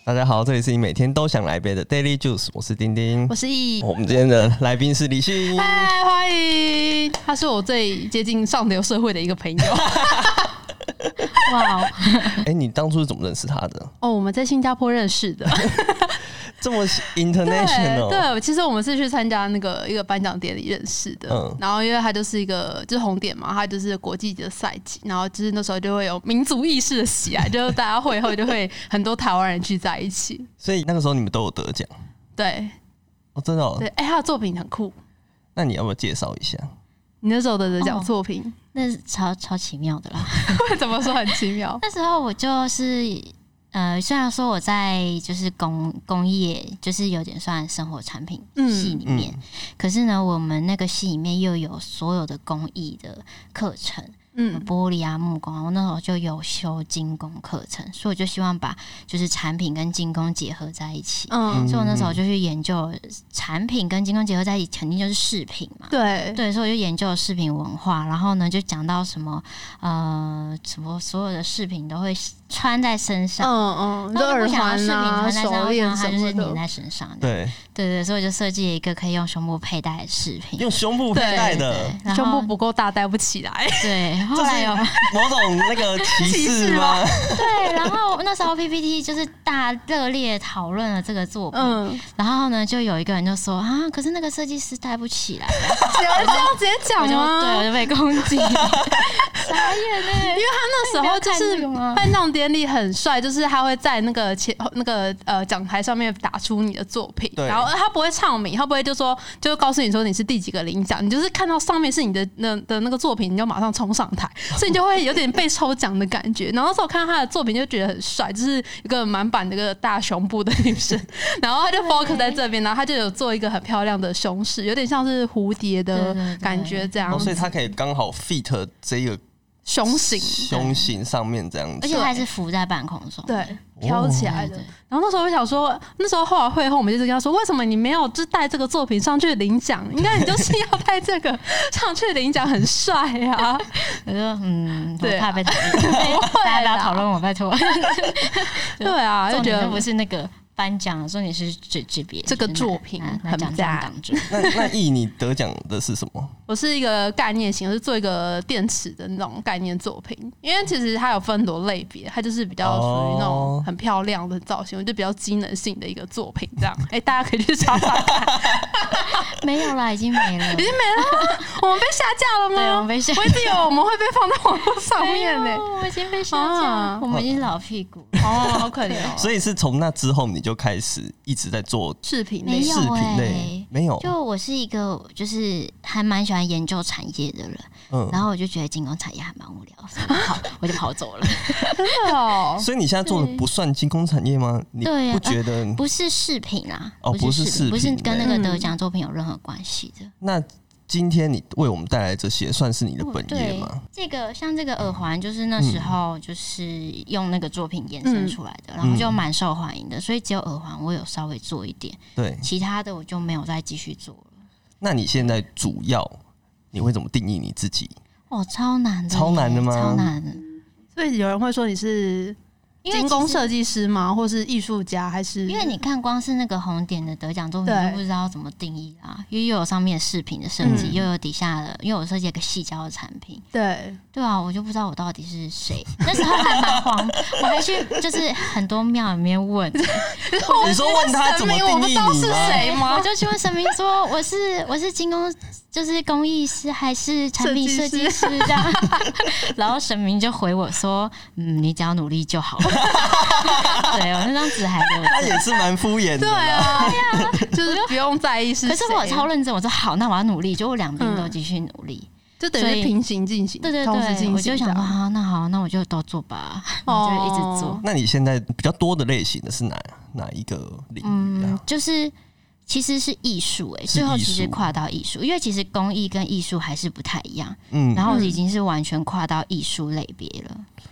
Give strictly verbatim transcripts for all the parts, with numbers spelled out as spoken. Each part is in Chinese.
大家好，这里是你每天都想来杯的 Daily Juice， 我是丁丁， 我是易。 我们今天的来宾是李信， 嗨，欢迎！他是我最接近上流社会的一个朋友。哇哦！ 哎，你当初是怎么认识他的？ 哦，我们在新加坡认识的。 这么 international？ 对, 对，其实我们是去参加那个一个颁奖典礼认识的。嗯，然后因为他就是一个就是红点嘛，他就是国际级的赛季，然后就是那时候就会有民族意识的喜爱，就是大家会后就会很多台湾人聚在一起。 所以那个时候你们都有得奖？ 对， 哦，真的哦。 对，哎、欸，他的作品很酷。 那你要不要介绍一下？ 你那时候的得奖作品？哦， 那是超超奇妙的啦。 怎么说很奇妙？ 那时候我就是呃，虽然说我在就是工工业，就是有点算生活产品系里面，嗯嗯，可是呢，我们那个系里面又有所有的工艺的课程。嗯，玻璃啊、木工啊，我那时候就有修精工课程，所以我就希望把就是产品跟精工结合在一起。嗯，所以我那时候就去研究产品跟精工结合在一起，肯定就是饰品嘛。 对对，所以我就研究饰品文化，然后呢，就讲到什么呃，什么所有的饰品都会穿在身上。嗯嗯， 就耳环啊、手链它就是粘在身上。 对对对，所以我就设计了一个可以用胸部佩戴的饰品。 用胸部佩戴的， 胸部不够大戴不起来。 对。后来有某种那个歧视吗？ 对，然后那时候 P P T 就是大热烈讨论了这个作品，嗯，然后呢，就有一个人就说啊，可是那个设计师戴不起来， 只要这样直接讲吗？ 对，我就被攻击，傻眼呢， 因为他那时候就是颁奖典礼很帅，就是他会在那个前那个呃讲台上面打出你的作品，然后他不会唱名，他不会就说就告诉你说你是第几个领奖，你就是看到上面是你的那的那个作品，你就马上冲上台。所以你就会有点被抽奖的感觉，然后那时候我看到他的作品就觉得很帅，就是一个满版的一个大胸部的女生，然后他就 focus 在这边，然后他就有做一个很漂亮的胸饰，有点像是蝴蝶的感觉这样子， 哦，所以他可以刚好 fit 这个胸型胸型上面这样子， 而且还是浮在半空中， 对，飘起来的。然后那时候我想说，那时候后来会后我们就跟他说，为什么你没有就带这个作品上去领奖？应该你就是要带这个上去领奖，很帅啊！ 我说嗯，我怕被讨论，大家不要讨论我，拜托。 对啊，就觉得不是那个颁奖，说你是指指别这个作品很赞。 那那易你得奖的是什么？ 我是一个概念型，我是做一个电池的那种概念作品，因为其实它有分很多类别，它就是比较属于那种很漂亮的造型，我就比较机能性的一个作品，这样，哎、欸，大家可以去查查看。 没有啦，已经没了， 已经没了，我们被下架了吗？ 对，我们被下架。 我一直以为我们会被放在网络上面呢、欸， 我们已经被下架了，啊、我们已经老屁股哦，好可怜哦。 所以是从那之后你就开始一直在做饰品类， 没有、欸、 饰品类没有。 就我是一个就是还蛮喜欢研究产业的人，嗯，然后我就觉得精工产业还蛮无聊，所以我就跑我就跑走了。 真的哦， 所以你现在做的不算精工产业吗？你不觉得？ 呃、不是饰品啦， 哦，不是饰品， 不是跟那个得奖作品有任何关系的。 那今天你为我们带来这些，算是你的本业吗？ 哦、这个像这个耳环，就是那时候就是用那个作品衍生出来的，嗯、然后就蛮受欢迎的，所以只有耳环我有稍微做一点， 对， 其他的我就没有再继续做了。 那你现在主要你会怎么定义你自己？ 哦，超难的， 超难的吗？ 超难的。 所以有人会说你是精工设计师吗？或是艺术家？还是因为你看，光是那个红点的得奖作品，就不知道怎么定义啦。因为又有上面饰品的设计，嗯、又有底下的，因为我设计一个矽胶的产品。 对对啊，我就不知道我到底是谁。那时候还蛮慌，我还去就是很多庙里面问。 你说问他怎么定义你吗？ 我不知道是谁吗？ 我就去问神明说，我是我是精工。就是工艺师还是产品设计师这样，然后神明就回我说：“嗯，你只要努力就好了。”对，我那张纸还留着。 他也是蛮敷衍的。 对啊，对啊，就是不用在意是谁。 可是我超认真，我说好，那我要努力，就我两边都继续努力， 嗯、就等于平行进行。 对对对，我就想说，好，那好，那我就都做吧，我就一直做。 那你现在比较多的类型的是哪哪一个领域啊？ 嗯，就是。其实是艺术哎，最后其实跨到艺术，因为其实工艺跟艺术还是不太一样。嗯，然后已经是完全跨到艺术类别了。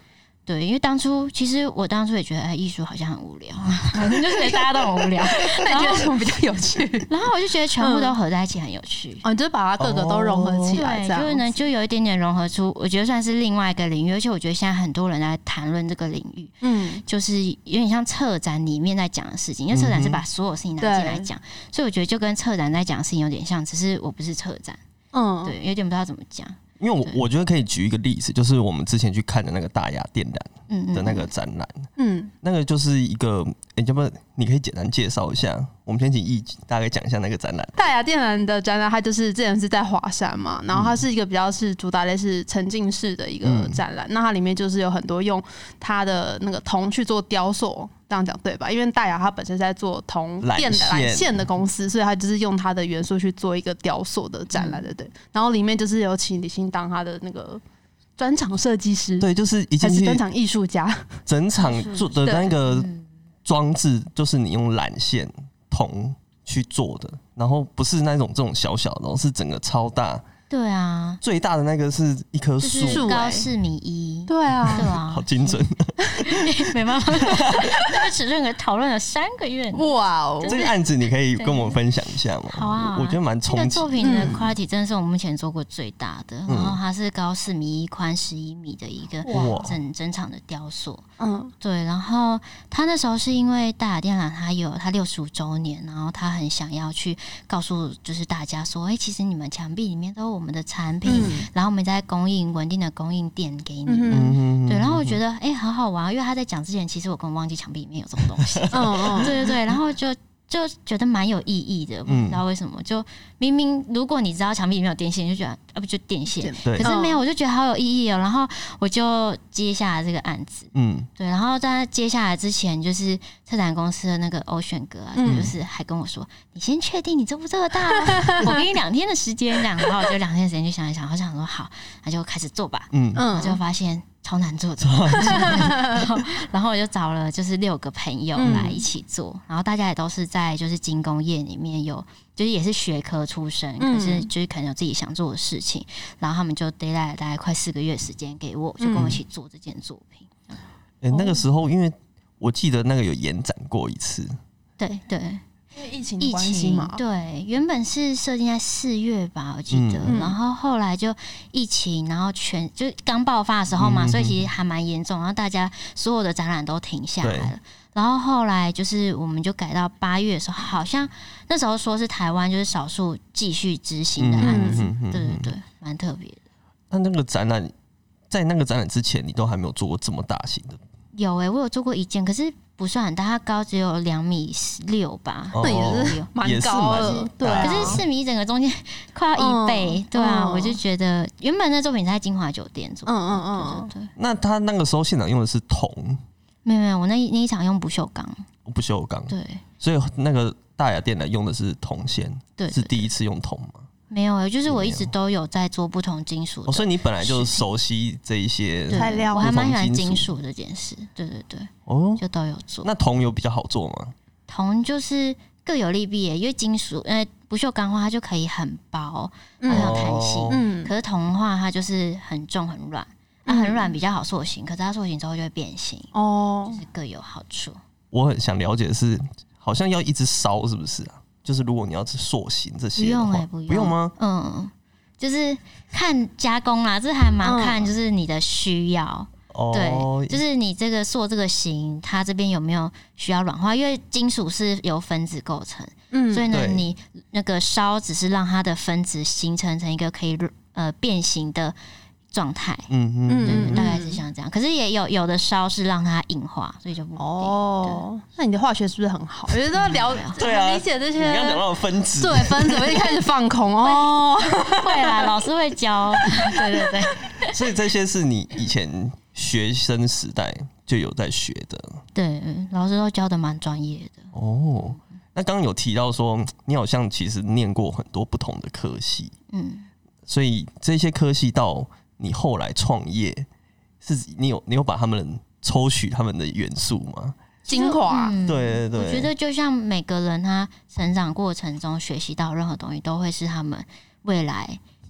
对，因为当初其实我当初也觉得，哎，艺术好像很无聊，就是大家都很无聊。 那你觉得什么比较有趣？ 然后我就觉得全部都合在一起很有趣。 哦，你就把它各个都融合起来， 对，就是呢，就有一点点融合出，我觉得算是另外一个领域。而且我觉得现在很多人在谈论这个领域，嗯，就是有点像策展里面在讲的事情，因为策展是把所有事情拿进来讲，所以我觉得就跟策展在讲的事情有点像，只是我不是策展，嗯，对，有点不知道怎么讲。 因为我我觉得可以举一个例子，就是我们之前去看的那个大雅电缆的那个展览，嗯，那个就是一个，哎、欸，要不然你可以简单介绍一下？我们先请易大概讲一下那个展览。 大雅电缆的展览，它就是之前是在华山嘛，然后它是一个比较是主打类是沉浸式的一个展览，嗯、那它里面就是有很多用它的那个铜去做雕塑。这样讲对吧？因为大雅它本身是在做铜电的缆线的公司，所以它就是用它的元素去做一个雕塑的展览，对不对？然后里面就是有请李欣当他的那个专场设计师， 对，就是已经是专场艺术家， 整场做的那个装置就是你用缆线铜去做的，然后不是那种这种小小的，是整个超大。 对啊， 最大的那个是一棵树， 就是高四米一。 对啊， 对啊， 好精准。 没办法，这个尺寸可讨论了三个月。 哇哦， 这个案子你可以跟我们分享一下吗？ 好啊， 我觉得蛮冲击。 这个作品的 quality 真的是我目前做过最大的，嗯、然后它是高四米一、宽十一米的一个整整场的雕塑。嗯，对。然后他那时候是因为大雅电缆它有它六十五周年，然后他很想要去告诉就是大家说，哎、欸，其实你们墙壁里面都有我们的产品，嗯、然后我们在供应稳定的供应电给你们。嗯、对，然后我觉得哎、欸，好好玩，因为他在讲之前，其实我根本忘记墙壁里面有这种东西。嗯嗯，对对对，然后就。就觉得蛮有意义的，不知道为什么。就明明如果你知道墙壁里面有电线，就觉得啊不就电线，可是没有，我就觉得好有意义哦。然后我就接下了这个案子，嗯，对。然后在接下来之前，就是策展公司的那个欧选哥啊，嗯、就是还跟我说：“你先确定你做不做得到、啊？我给你两天的时间。”这样，然后我就两天的时间就想一想，我想说好，那就开始做吧。嗯嗯，我就发现。超难做的，然后然后我就找了就是六个朋友来一起做，嗯、然后大家也都是在就是精工业里面有，就是也是学科出身，嗯、可是就是可能有自己想做的事情，然后他们就 deadline 了大概快四个月时间给我，就跟我一起做这件作品。哎、 嗯欸，那个时候因为我记得那个有延展过一次， 对对。 因为疫情的关系嘛， 对，原本是设定在四月吧，我记得，嗯、然后后来就疫情，然后全就刚爆发的时候嘛，嗯、所以其实还蛮严重，然后大家所有的展览都停下来了，然后后来就是我们就改到八月的时候，好像那时候说是台湾就是少数继续执行的案子，嗯、对对对，蛮特别的。 那那个展览在那个展览之前，你都还没有做过这么大型的？ 有哎、欸，我有做过一件，可是不算很大，它高只有两米六吧， 那也是蛮高的，对、啊。 可是四米整个中间快要一倍，嗯、对啊，嗯、我就觉得原本那作品在金华酒店做，嗯嗯嗯，对对对。 那他那个时候现场用的是铜？ 没有没有，我那那一场用不锈钢， 不锈钢， 对。 所以那个大雅电缆用的是铜线，对，是第一次用铜吗？ 没有，就是我一直都有在做不同金属的、 哦，所以你本来就熟悉这一些材料， 我还蛮喜欢金属这件事，对对对，哦，就都有做。 那铜有比较好做吗？ 铜就是各有利弊耶，因为金属，呃，不锈钢的话它就可以很薄，很有弹性，嗯，可是铜的话它就是很重很软，那、嗯啊、很软比较好塑形，可是它塑形之后就会变形，哦，就是各有好处。 我很想了解的是，好像要一直烧，是不是啊？就是如果你要塑形这些的话， 不用、欸、不用， 不用吗？ 嗯，就是看加工啦，这还蛮看就是你的需要。嗯、对，就是你这个塑这个形，它这边有没有需要软化？因为金属是由分子构成，嗯，所以呢，你那个烧只是让它的分子形成成一个可以呃变形的状态，嗯嗯，对，大概是像这样。可是也有有的烧是让它硬化，所以就不一定。哦， 那你的化学是不是很好？我觉得了， 对啊， 理解这些。 你刚讲到分子， 对分子，我一开始放空哦， 会啦，老师会教，对对对。 所以这些是你以前学生时代就有在学的， 对，老师都教的蛮专业的。 哦，那刚刚有提到说，你好像其实念过很多不同的科系，嗯，所以这些科系到你后来创业，是你有你有把他们抽取他们的元素吗？ 精华、 嗯， 对对对， 我觉得就像每个人他成长过程中学习到任何东西，都会是他们未来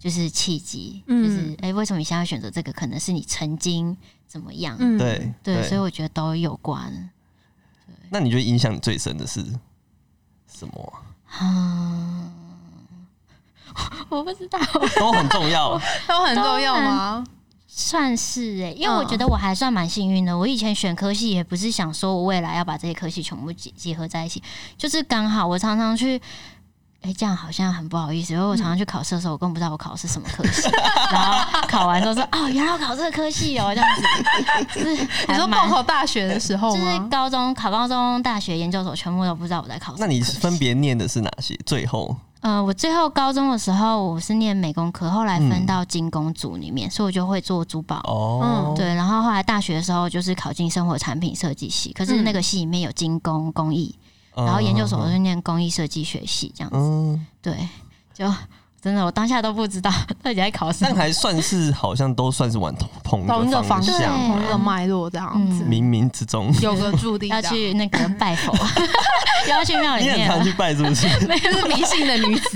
就是契机，嗯、就是哎、欸，为什么你现在会选择这个？可能是你曾经怎么样？ 嗯、对对，所以我觉得都有关。 那你觉得影响你最深的是什么？ 嗯，我不知道， 都很重要， 都很重要吗？ 算是哎、欸，因为我觉得我还算蛮幸运的。我以前选科系也不是想说我未来要把这些科系全部结合在一起，就是刚好我常常去。哎、欸，这样好像很不好意思，因为我常常去考试的时候，我根本不知道我考的是什么科系，然后考完之后说：“哦，原来我考这个科系哦。”这样子，就是你说报考大学的时候吗？ 就是高中考高中、大学、研究所，全部都不知道我在考什么科系。 那你分别念的是哪些？最后， 呃，我最后高中的时候我是念美工科，后来分到精工组里面，嗯、所以我就会做珠宝。哦，对，然后后来大学的时候就是考进生活产品设计系，可是那个系里面有精工、工艺。然后研究所是念工艺设计学系这样子，嗯、对，就真的我当下都不知道到底在考什么， 但还算是好像都算是往同同一个方向、同一个脉络这样子， 冥冥之中有个注定要去那个拜佛，要去庙里面， 你很常去拜是不是？ 没有，是迷信的女子，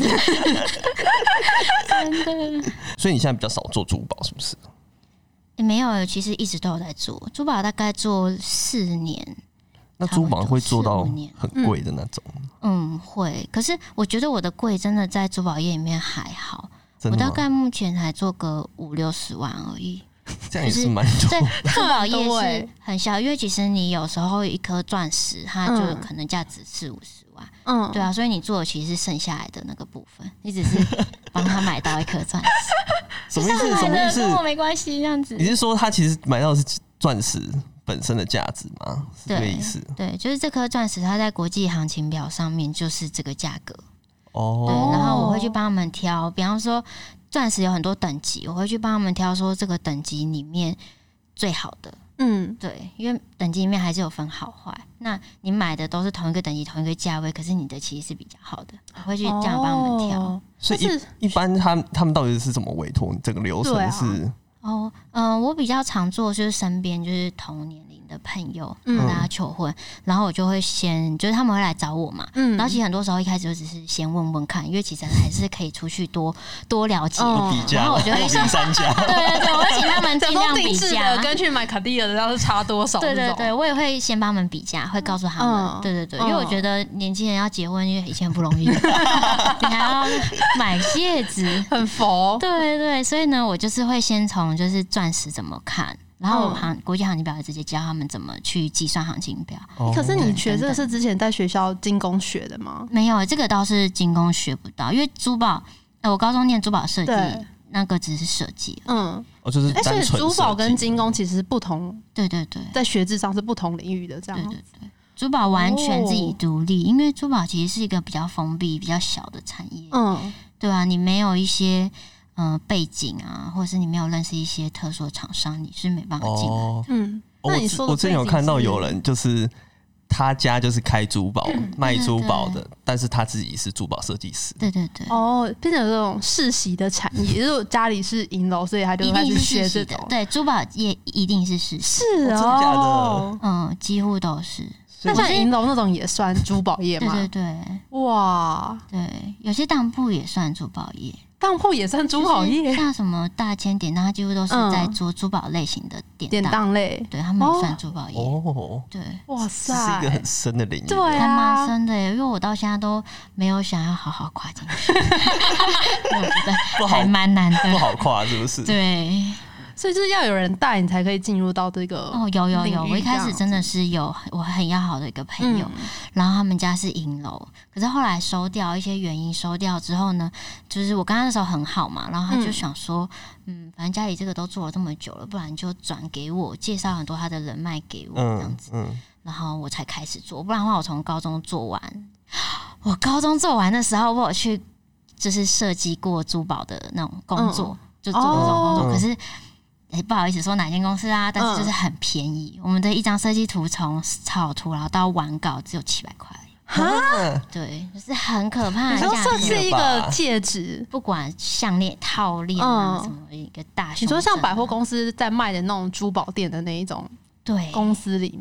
真的。 所以你现在比较少做珠宝是不是？ 欸、没有，其实一直都有在做珠宝，大概做四年。 那珠宝会做到很贵的那种？ 嗯，会。可是我觉得我的贵真的在珠宝业里面还好，我大概目前才做个五六十万而已。 这样也是蛮多。 对，珠宝业是很小，因为其实你有时候一颗钻石，它就可能价值四五十万。嗯，对啊，所以你做的其实是剩下来的那个部分，你只是帮他买到一颗钻石。 什么意思？什么意思？ 跟我没关系，这样子。 你是说他其实买到的是钻石本身的价值吗？是这个意思？ 对，就是这颗钻石，它在国际行情表上面就是这个价格。 哦， 对，然后我会去帮他们挑，比方说钻石有很多等级，我会去帮他们挑说这个等级里面最好的。嗯，对，因为等级里面还是有分好坏。那你买的都是同一个等级、同一个价位，可是你的其实是比较好的，我会去这样帮他们挑。哦、 所以一一般他他们到底是怎么委托？整个流程是？ 哦，嗯、呃，我比较常做就是身边就是同年龄的朋友，跟大家求婚，嗯、然后我就会先就是他们会来找我嘛，嗯，然后其实很多时候一开始就只是先问问看，因为其实还是可以出去多多了解， 哦、然后我就会比三家， 对对对，我会请他们尽量比价， 跟去买卡地亚的要是差多少？ 对对对，我也会先帮他们比价，会告诉他们，嗯、对对对，因为我觉得年轻人要结婚，因为以前不容易，你还要买戒指， 很佛， 对对对，所以呢，我就是会先从就是钻石怎么看，然后行国际行情表也直接教他们怎么去计算行情表。 哦、可是你学这个是之前在学校精工学的吗？ 没有，这个倒是精工学不到，因为珠宝，呃，我高中念珠宝设计，那个只是设计， 嗯， 哦，就是单纯设计。 珠宝跟精工其实是不同， 对对对， 在学制上是不同领域的，这样。 对对对，珠宝完全自己独立，哦、因为珠宝其实是一个比较封闭、比较小的产业，嗯，对啊，你没有一些。呃，背景啊，或者是你没有认识一些特殊的厂商，你是没办法进来的。 哦、嗯，那你说我之前有看到有人就是他家就是开珠宝、嗯、卖珠宝的，对对对，但是他自己是珠宝设计师。 对对对。 哦，变成这种世袭的产业，就是家里是银楼，所以他就开始学这种。 对，珠宝业一定是世袭。 是哦，真的假的？ 嗯，几乎都是。 那像银楼那种也算珠宝业吗？ 对对对。 哇， 对，有些当铺也算珠宝业。 当铺也算珠宝业， 像什么大千典当，它几乎都是在做珠宝类型的典典当类， 对他们也算珠宝业。哦，对， 哇塞， 这是一个很深的领域， 对啊， 还蛮深的耶。因为我到现在都没有想要好好跨进去，我觉得还蛮难的， 不好跨，是不是？ 对。 所以就是要有人带你才可以进入到这个哦，有有有，我一开始真的是有我很要好的一个朋友，嗯、然后他们家是银楼，可是后来收掉一些原因收掉之后呢，就是我跟他那时候很好嘛，然后他就想说，嗯，嗯反正家里这个都做了这么久了，不然就转给我，介绍很多他的人脉给我这样子，嗯嗯、然后我才开始做，不然的话我从高中做完，我高中做完的时候，我有去就是设计过珠宝的那种工作，嗯、就做过这种工作，哦、可是。欸、不好意思说哪间公司啊，但是就是很便宜。嗯、我们的一张设计图从草图然后到完稿只有七百块， 哈， 对，就是很可怕的价钱。你说设计一个戒指， 不管项链、套链啊，嗯、什么一个大胸， 你说像百货公司在卖的那种珠宝店的那一种， 对， 公司里面。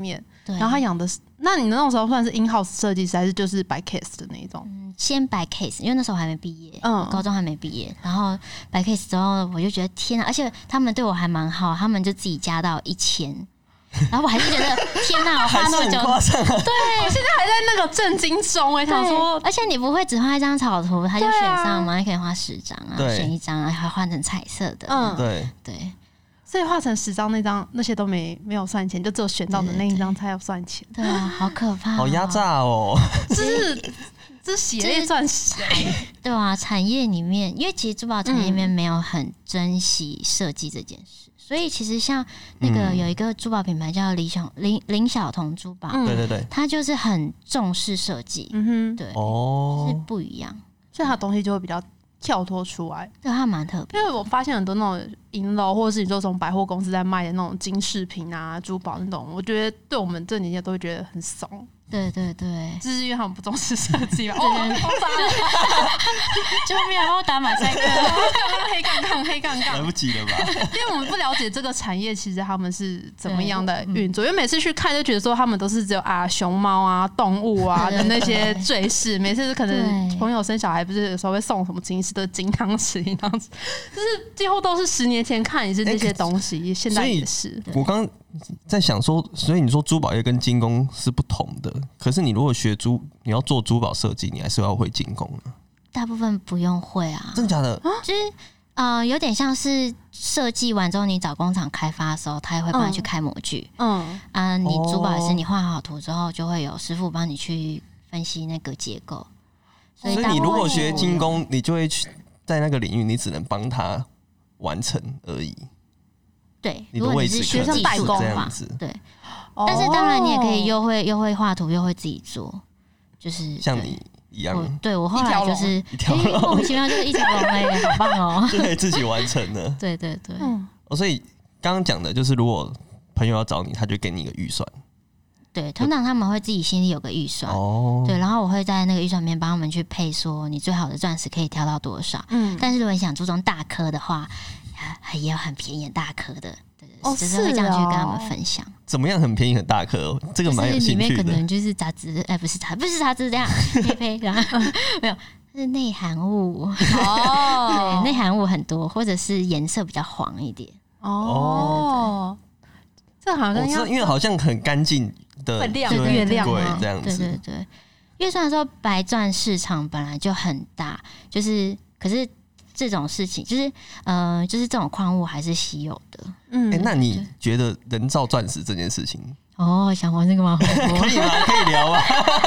然后他养的，那你那种时候算是 in house 设计师，还是就是摆 case 的那一种？ 嗯，先摆 case， 因为那时候还没毕业，嗯，高中还没毕业。然后摆 case 之后，我就觉得天啊，而且他们对我还蛮好，他们就自己加到一千。然后我还是觉得天哪，我花那么久，对， 我现在还在那个震惊中哎、欸，想说， 而且你不会只画一张草图，他就选上嘛，你、啊、可以画十张啊，选一张啊，还换成彩色的， 嗯， 对对， 所以画成十张那张那些都没没有算钱，就只有选到的那一张才有算钱。 对啊，好可怕、喔， 好压榨哦， 这是这是血泪钻石哎， 对啊，产业里面，因为其实珠宝产业里面没有很珍惜设计这件事。所以其实像那个有一个珠宝品牌叫林小林林小彤珠宝， 对对对， 它就是很重视设计，嗯哼，对，哦，是不一样， 所以它的东西就会比较跳脱出来， 对，它蛮特别。 因为我发现很多那种银楼或者是你说从百货公司在卖的那种金饰品啊、珠宝那种，我觉得对我们这年纪都会觉得很怂。 对对对， 就是因为他们不重视设计嘛。哦， 救命啊！帮我打马赛克， 黑杠杠，黑杠杠， 来不及了吧？ 因为我们不了解这个产业，其实他们是怎么样的运作。因为每次去看就觉得说他们都是只有啊熊猫啊、动物啊的那些坠饰。每次可能朋友生小孩，不是有时候会送什么金饰的金汤匙、银汤匙，就是几乎都是十年前看也是这些东西，欸、现在也是。 我刚在想说，所以你说珠宝业跟精工是不同的，可是你如果学珠，你要做珠宝设计，你还是要会精工啊。 大部分不用会啊， 真的假的？ 就是呃，有点像是设计完之后，你找工厂开发的时候，他也会帮你去开模具。嗯啊，你珠宝也是，你画好图之后，就会有师傅帮你去分析那个结构。 所以, 所以你如果学精工，你就会去在那个领域，你只能帮他完成而已。 对，如果你是学生代工嘛，对。但是当然你也可以又会又会画图又会自己做，就是像你一样。 我对我后来就是一条龙， 莫名其妙就是一条龙哎、欸，好棒哦、喔， 就可以自己完成了。 对对对， 嗯，哦，所以刚刚讲的就是，如果朋友要找你，他就给你一个预算。 对，通常他们会自己心里有个预算，哦，对，然后我会在那个预算里面帮他们去配，说你最好的钻石可以挑到多少。嗯，但是如果你想注重大颗的话，也有很便宜大颗的。 哦， 就是会这样去跟他们分享， 怎么样很便宜很大颗、哦，这个蛮有兴趣的。 就是里面可能就是杂质，哎、欸，不是杂，不是杂质，这样呸呸，然后没有，是内含物哦，对，内含物很多，或者是颜色比较黄一点哦。对对对，这好像要、 哦、因为好像很干净的， 会亮越亮啊，这样子。 对对对，因为虽然说白钻市场本来就很大，就是可是。这种事情就是呃，就是这种矿物还是稀有的。 嗯，欸、那你觉得人造钻石这件事情？ 哦，想玩这个吗？ 可以吗？可以聊吗？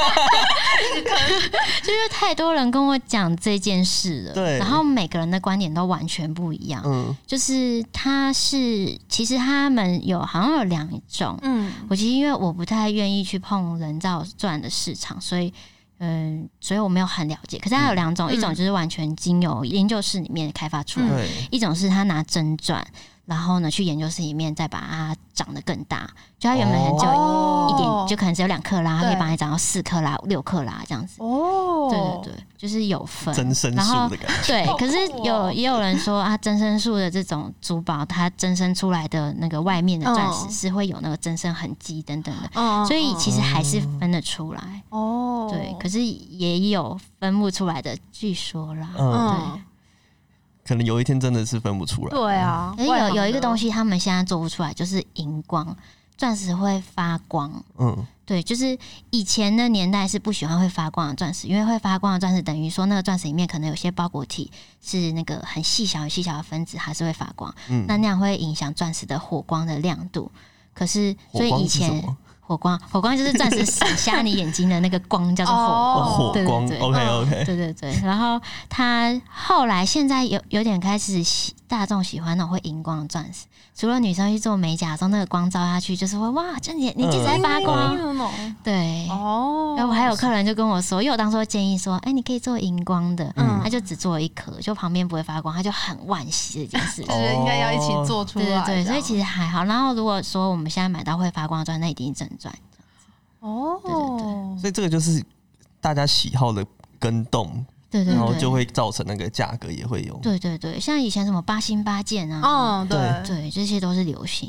就是太多人跟我讲这件事了， 对， 然后每个人的观点都完全不一样。嗯，就是他是其实他们有好像有两种。嗯，我其实因为我不太愿意去碰人造钻的市场，所以。嗯，所以我没有很了解。可是它有两种，嗯、一种就是完全经由研究室里面开发出来的，嗯、一种是他拿真钻，然后呢去研究室里面再把它长得更大。就它原本只有一点，哦、就可能只有两克拉，可以把它长到四克拉、六克拉这样子。哦，对对对，就是有分增生术的感觉。 对，可是有也有人说啊，增生术的这种珠宝，它增生出来的那个外面的钻石是会有那个增生痕迹等等的，哦、所以其实还是分得出来。哦，对，可是也有分不出来的，据说啦。嗯，对。 可能有一天真的是分不出来。 对啊， 可是有有一个东西他们现在做不出来，就是荧光。钻石会发光，嗯，对，就是以前的年代是不喜欢会发光的钻石，因为会发光的钻石等于说那个钻石里面可能有些包裹体是那个很细小、很细小的分子，还是会发光，嗯，那那样会影响钻石的火光的亮度。可是所以以前火光，火光就是钻石闪瞎你眼睛的那个光，叫做火光。 火光 ，OK OK， 对对对。然后它后来现在有有点开始大众喜欢那种会荧光的钻石，除了女生去做美甲的时候，那个光照下去就是会哇，就你你一直在发光。嗯、对哦。然后还有客人就跟我说，因为我当初建议说，哎、欸，你可以做荧光的，嗯，他就只做了一颗，就旁边不会发光，他就很惋惜这件事。 就是应该要一起做出来。 对对对，所以其实还好。然后如果说我们现在买到会发光的钻，那一定是真钻。哦，对对对， 所以这个就是大家喜好的更动， 对对对， 然后就会造成那个价格也会有， 对对对，像以前什么八星八件啊，嗯，对对，这些都是流行。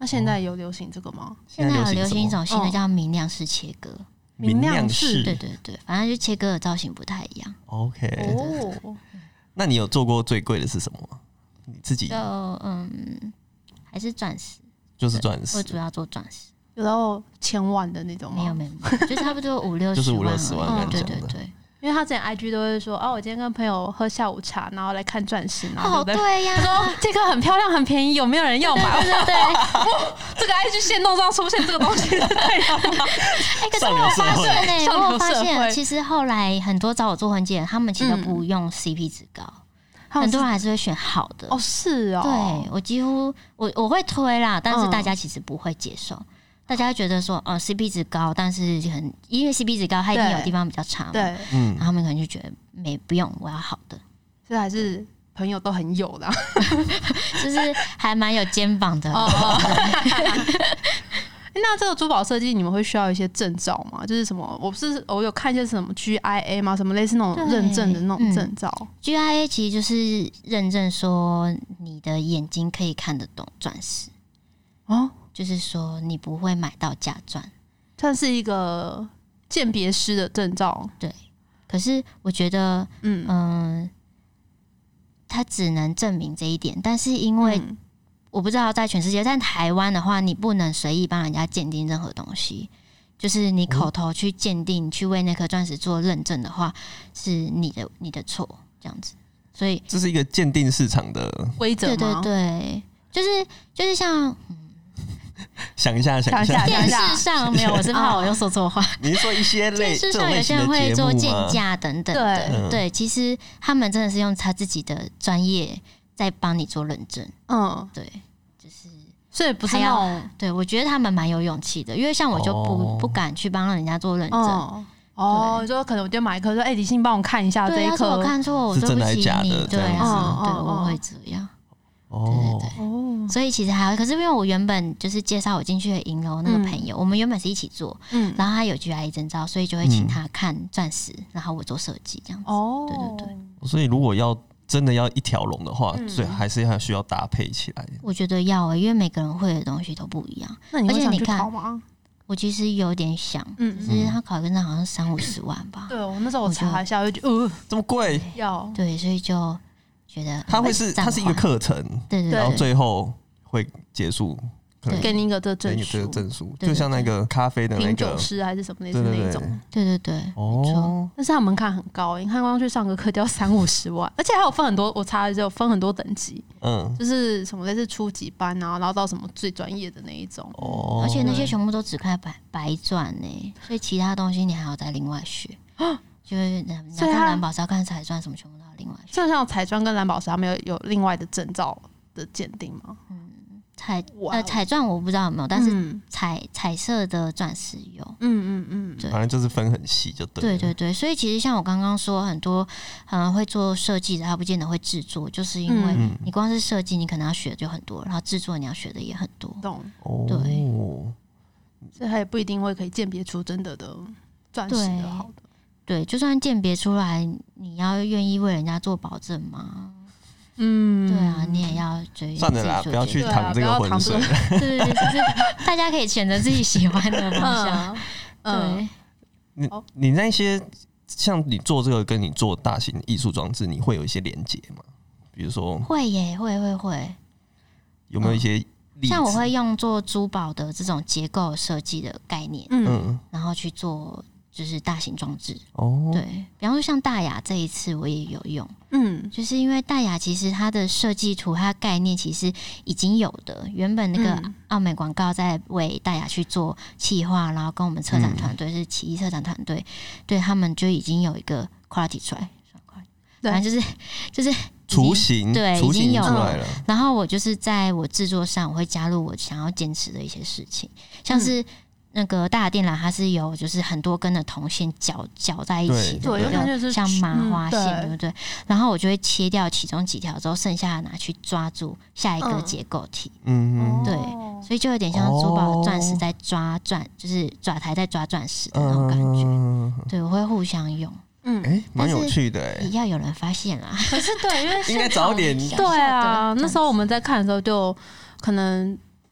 那现在有流行这个吗？ 现在有流行一种新的叫明亮式切割。 明亮式， 对对对，反正就切割的造型不太一样。 OK， 哦， 那你有做过最贵的是什么吗？你自己就嗯，还是钻石， 就是钻石。 我主要做钻石， 有到千万的那种吗？ 没有没有，就差不多五六十万， 就是五六十万。 嗯，对对对。 因为他之前 I G 都会说，哦，我今天跟朋友喝下午茶，然后来看钻石，然后对不对？ 对呀， 他说这个很漂亮，很便宜，有没有人要买？ 对对对， 这个 I G 限动上出现这个东西，对吗？ 哎，可是我发现呢，我发现其实后来很多找我做婚戒的，他们其实都不用 C P 值高，很多人还是会选好的。 哦，是哦， 对我几乎我我会推啦，但是大家其实不会接受。大家会觉得说，哦 ，C P 值高，但是很因为 C P 值高，它一定有地方比较差嘛， 对， 嗯，然后他们可能就觉得没不用，我要好的， 所以还是朋友都很有的， 就是还蛮有肩膀的。哦哦那这个珠宝设计你们会需要一些证照吗？就是什么？我是我有看一些什么 G I A 吗？什么类似那种认证的那种证照、 嗯、？G I A 其实就是认证说你的眼睛可以看得懂钻石哦。就是说，你不会买到假钻， 算是一个鉴别师的证照。 对，可是我觉得，嗯嗯、呃，它只能证明这一点。但是因为、嗯、我不知道在全世界，但台湾的话，你不能随意帮人家鉴定任何东西。就是你口头去鉴定、嗯、去为那颗钻石做认证的话，是你的你的错，这样子。所以这是一个鉴定市场的规则吗？ 对对对，就是就是像。 想一下，想一下， 电视上没有，我是怕我又说错话。 你是说一些类电视上有些人会做鉴价等等的，对、嗯、对，其实他们真的是用他自己的专业在帮你做认证。嗯，对，就是所以不是那种， 对我觉得他们蛮有勇气的，因为像我就不、哦、不敢去帮人家做认证。哦哦，你说可能我就买一颗，说哎，李信帮我看一下这一颗， 我看错，我对不起你，对啊，对，我会这样。 哦， 对对对，所以其实还好，可是因为我原本就是介绍我进去的银楼那个朋友，嗯、我们原本是一起做，嗯，然后他有 G I A 证照，所以就会请他看钻石，嗯、然后我做设计这样子。哦，对对对。 所以如果要真的要一条龙的话，所以还是要需要搭配起来。 我觉得要、欸，因为每个人会的东西都不一样。 那你会想去考吗？ 我其实有点想，嗯，只是他考一个证好像三五十万吧。 对，我那时候我查一下，我就觉得，呃， 这么贵， 要对，所以就。觉得它会是它是一个课程， 对对对， 然后最后会结束， 给你一个这证书， 这个证书，就像那个咖啡的那个品酒师还是什么类似那一种， 对对对， 哦， 但是它门槛很高，你看光去上个课就要三五十万，而且还有分很多，我查了之后分很多等级，嗯，就是什么类似初级班啊，然后到什么最专业的那一种， 哦，而且那些全部都只开白白钻呢，所以其他东西你还要再另外学。就是拿看蓝宝石、看彩钻什么，全部都要另外学。 就像彩钻跟蓝宝石，他们有有另外的证照的鉴定吗？ 嗯，彩呃彩钻我不知道有没有，但是彩、嗯、彩色的钻石有。嗯嗯嗯， 对， 反正就是分很细就对。 对对对，所以其实像我刚刚说，很多可能会做设计的，他不见得会制作，就是因为你光是设计，你可能要学的就很多，然后制作你要学的也很多。 懂。 对。 所以他也不一定会可以鉴别出真的的钻石的好的。 对，就算鉴别出来，你要愿意为人家做保证吗？ 嗯， 对啊，你也要追。 算了啦，不要去淌这个浑水。 对对对，就是大家可以选择自己喜欢的方向。嗯，对。 你你那些像你做这个，跟你做大型艺术装置，你会有一些连结吗？比如说， 会耶，会会会。 有没有一些例子？ 像我会用做珠宝的这种结构设计的概念，嗯，然后去做。就是大型装置哦，对，比方说像大雅这一次我也有用，嗯，就是因为大雅其实它的设计图、它概念其实已经有的，原本那个奥美广告在为大雅去做企划，然后跟我们策展团队、嗯、是奇艺策展团队，对他们就已经有一个 quality 出来，反正就是就是雏形， 对， 雏形已经有了。 然后我就是在我制作上，我会加入我想要坚持的一些事情，像是。嗯那个大雅电缆它是有就是很多根的铜线绞绞在一起的， 对， 对，像麻花线，嗯、对不对？然后我就会切掉其中几条之后，剩下的拿去抓住下一个结构体。嗯，对，所以就有点像珠宝钻石在抓钻，就是爪台在抓钻石的那种感觉。嗯、对，我会互相用。 嗯，哎，蛮有趣的哎， 要有人发现啦。 可是对，因为应该早点。 对啊，那时候我们在看的时候就可能。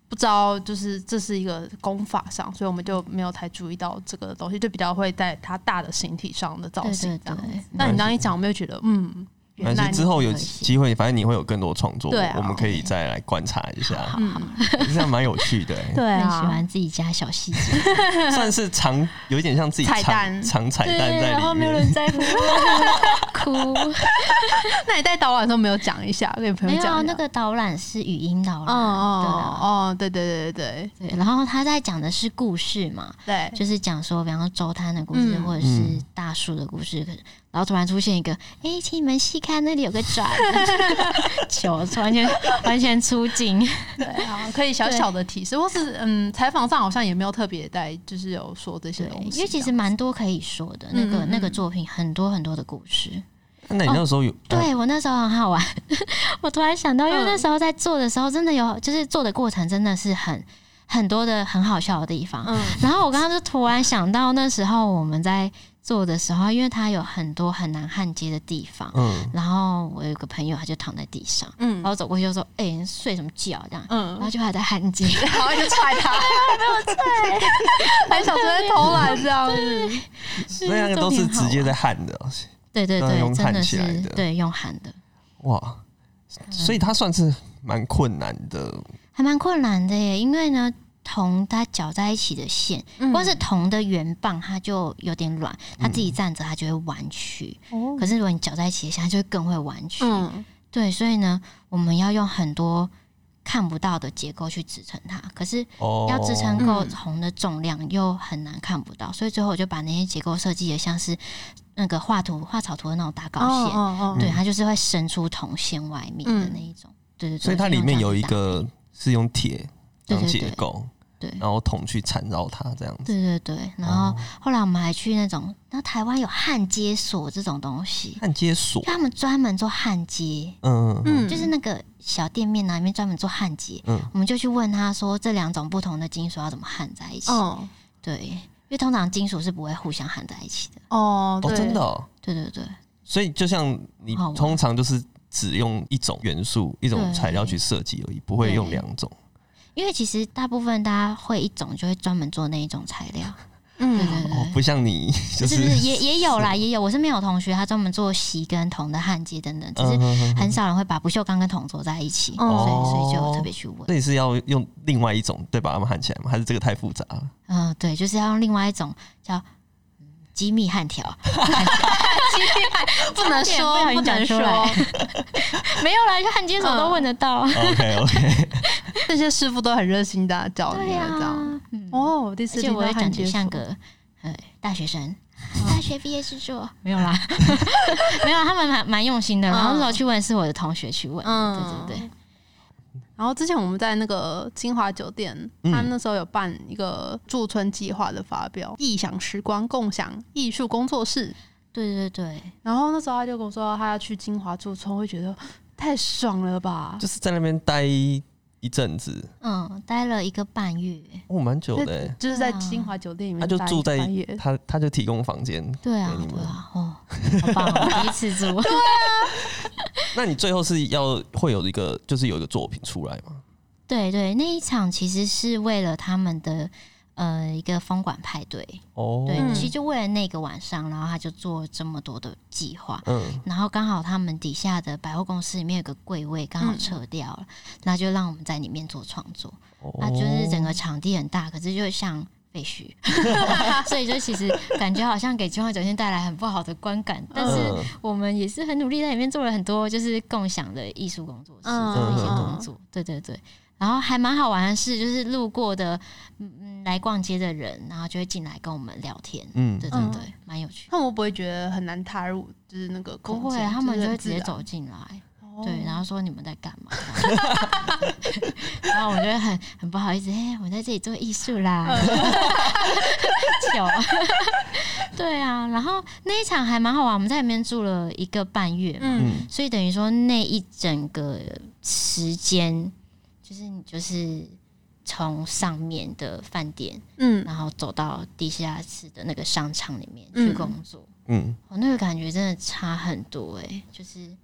不知道就是这是一个功法上，所以我们就没有太注意到这个东西，就比较会在它大的形体上的造型这样子。对对对，那你刚一讲，我们就觉得嗯。 反正之后有机会，反正你会有更多创作，啊、我们可以再来观察一下，嗯，这样蛮有趣的、欸。 对啊，喜欢自己家小细节， 算是藏，有一点像自己彩蛋， 藏彩蛋在里面， 然后没有人在乎，哭。 那你带导览的时候没有讲一下，跟朋友讲？没有， 那个导览是语音导览。 哦哦哦，对对对对对对。然后他在讲的是故事嘛，对，就是讲说，比方说周摊的故事，嗯、或者是大树的故事。然后突然出现一个，哎、欸，请你们细看，那里有个转球，完全完全出镜。 对啊，可以小小的提示，或是嗯，采访上好像也没有特别带，就是有说这些东西。 因为其实蛮多可以说的，那个、嗯、那个作品很多很多的故事。 那你那时候有？哦、 对我那时候很好玩，我突然想到，因为那时候在做的时候，真的有，就是做的过程真的是很很多的很好笑的地方。嗯、然后我刚刚就突然想到，那时候我们在做的时候，因为它有很多很难焊接的地方，嗯，然后我有个朋友他就躺在地上，嗯，然后走过去就说：“哎、欸，你睡什么觉？”这样，嗯，然后就还在焊接， 然后就踹他，没有踹，还想说在偷懒这样子， 所以那个都是直接在焊的， 对对对， 用焊起来的，对，用焊的， 哇，所以它算是蛮困难的， 还蛮困难的耶，因为呢。铜它搅在一起的线，光是铜的圆棒它就有点软，它自己站着它就会弯曲。嗯、可是如果你搅在一起的线，它就会更会弯曲。嗯、对，所以呢，我们要用很多看不到的结构去支撑它，可是要支撑够铜的重量又很难看不到，所以最后我就把那些结构设计的像是那个画图画草图的那种打稿线，哦哦哦对，它就是会伸出铜线外面的那一种。嗯、对对对， 所以它里面有一个是用铁当结构。对，然后铜去缠绕它这样子。 对对对，然后后来我们还去那种，然后台湾有焊接所这种东西。 焊接所， 他们专门做焊接，嗯嗯，就是那个小店面那里面专门做焊接。嗯，我们就去问他说，这两种不同的金属要怎么焊在一起？哦，对，因为通常金属是不会互相焊在一起的。 哦， 哦，真的、哦。 对对对。 所以就像你通常就是只用一种元素、一种材料去设计而已，不会用两种。 因为其实大部分大家会一种就会专门做那一种材料，嗯，对对对， 哦、不像你，就是、 是不是也也有啦，也有。我是没有同学他专门做锡跟铜的焊接等等，只是很少人会把不锈钢跟铜做在一起，嗯、所以所以就特别去问。 那你是要用另外一种对把它们焊起来吗？还是这个太复杂了？ 嗯，对，就是要用另外一种叫机密焊条， 机密焊不能说，不能说， 没有啦，就焊接手都问得到。 嗯、OK OK。 这些师傅都很热心的教你了，这样、嗯、哦。第四， 而且我也感觉像个呃大学生，嗯、大学毕业制作没有啦，没有，他们蛮蛮用心的。然后那时候去问是我的同学去问，嗯、对对对。 然后之前我们在那个金华酒店，嗯、他那时候有办一个驻村计划的发表，异想时光共享艺术工作室。 对对对。 然后那时候他就跟我说，他要去金华驻村，会觉得太爽了吧？ 就是在那边待一阵子， 嗯，待了一个半月， 哦，蛮久的， 就是在金华酒店里面， 他就住在他，他就提供房间， 对啊，对啊，哦，好棒哦，第一次住， 对啊。 那你最后是要会有一个，就是有一个作品出来吗？ 对对，那一场其实是为了他们的呃一个封馆派对，哦，对，其实就为了那个晚上，然后他就做这么多的计划，嗯，然后刚好他们底下的百货公司里面有个柜位刚好撤掉了，那、嗯、就让我们在里面做创作，那、哦、就是整个场地很大，可是就像废墟，所以就其实感觉好像给金华酒店带来很不好的观感，但是我们也是很努力在里面做了很多就是共享的艺术工作室的一些工作，嗯、对对对。然后还蛮好玩的是，就是路过的嗯来逛街的人，然后就会进来跟我们聊天，嗯，对对对，蛮、嗯、有趣。 他们会不会觉得很难踏入，就是那个空间？ 不会，他们就会直接走进来，哦、对，然后说你们在干嘛？然后我们就会很很不好意思，哎、欸，我在这里做艺术啦，糗。对啊，然后那一场还蛮好玩，我们在里面住了一个半月嘛，嗯、所以等于说那一整个时间。就是你就是从上面的饭店，嗯，然后走到地下室的那个商场里面去工作，嗯，我、哦、那个感觉真的差很多哎、欸，就是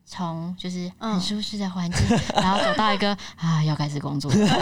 从就是很舒适的环境，嗯、然后走到一个啊要开始工作了，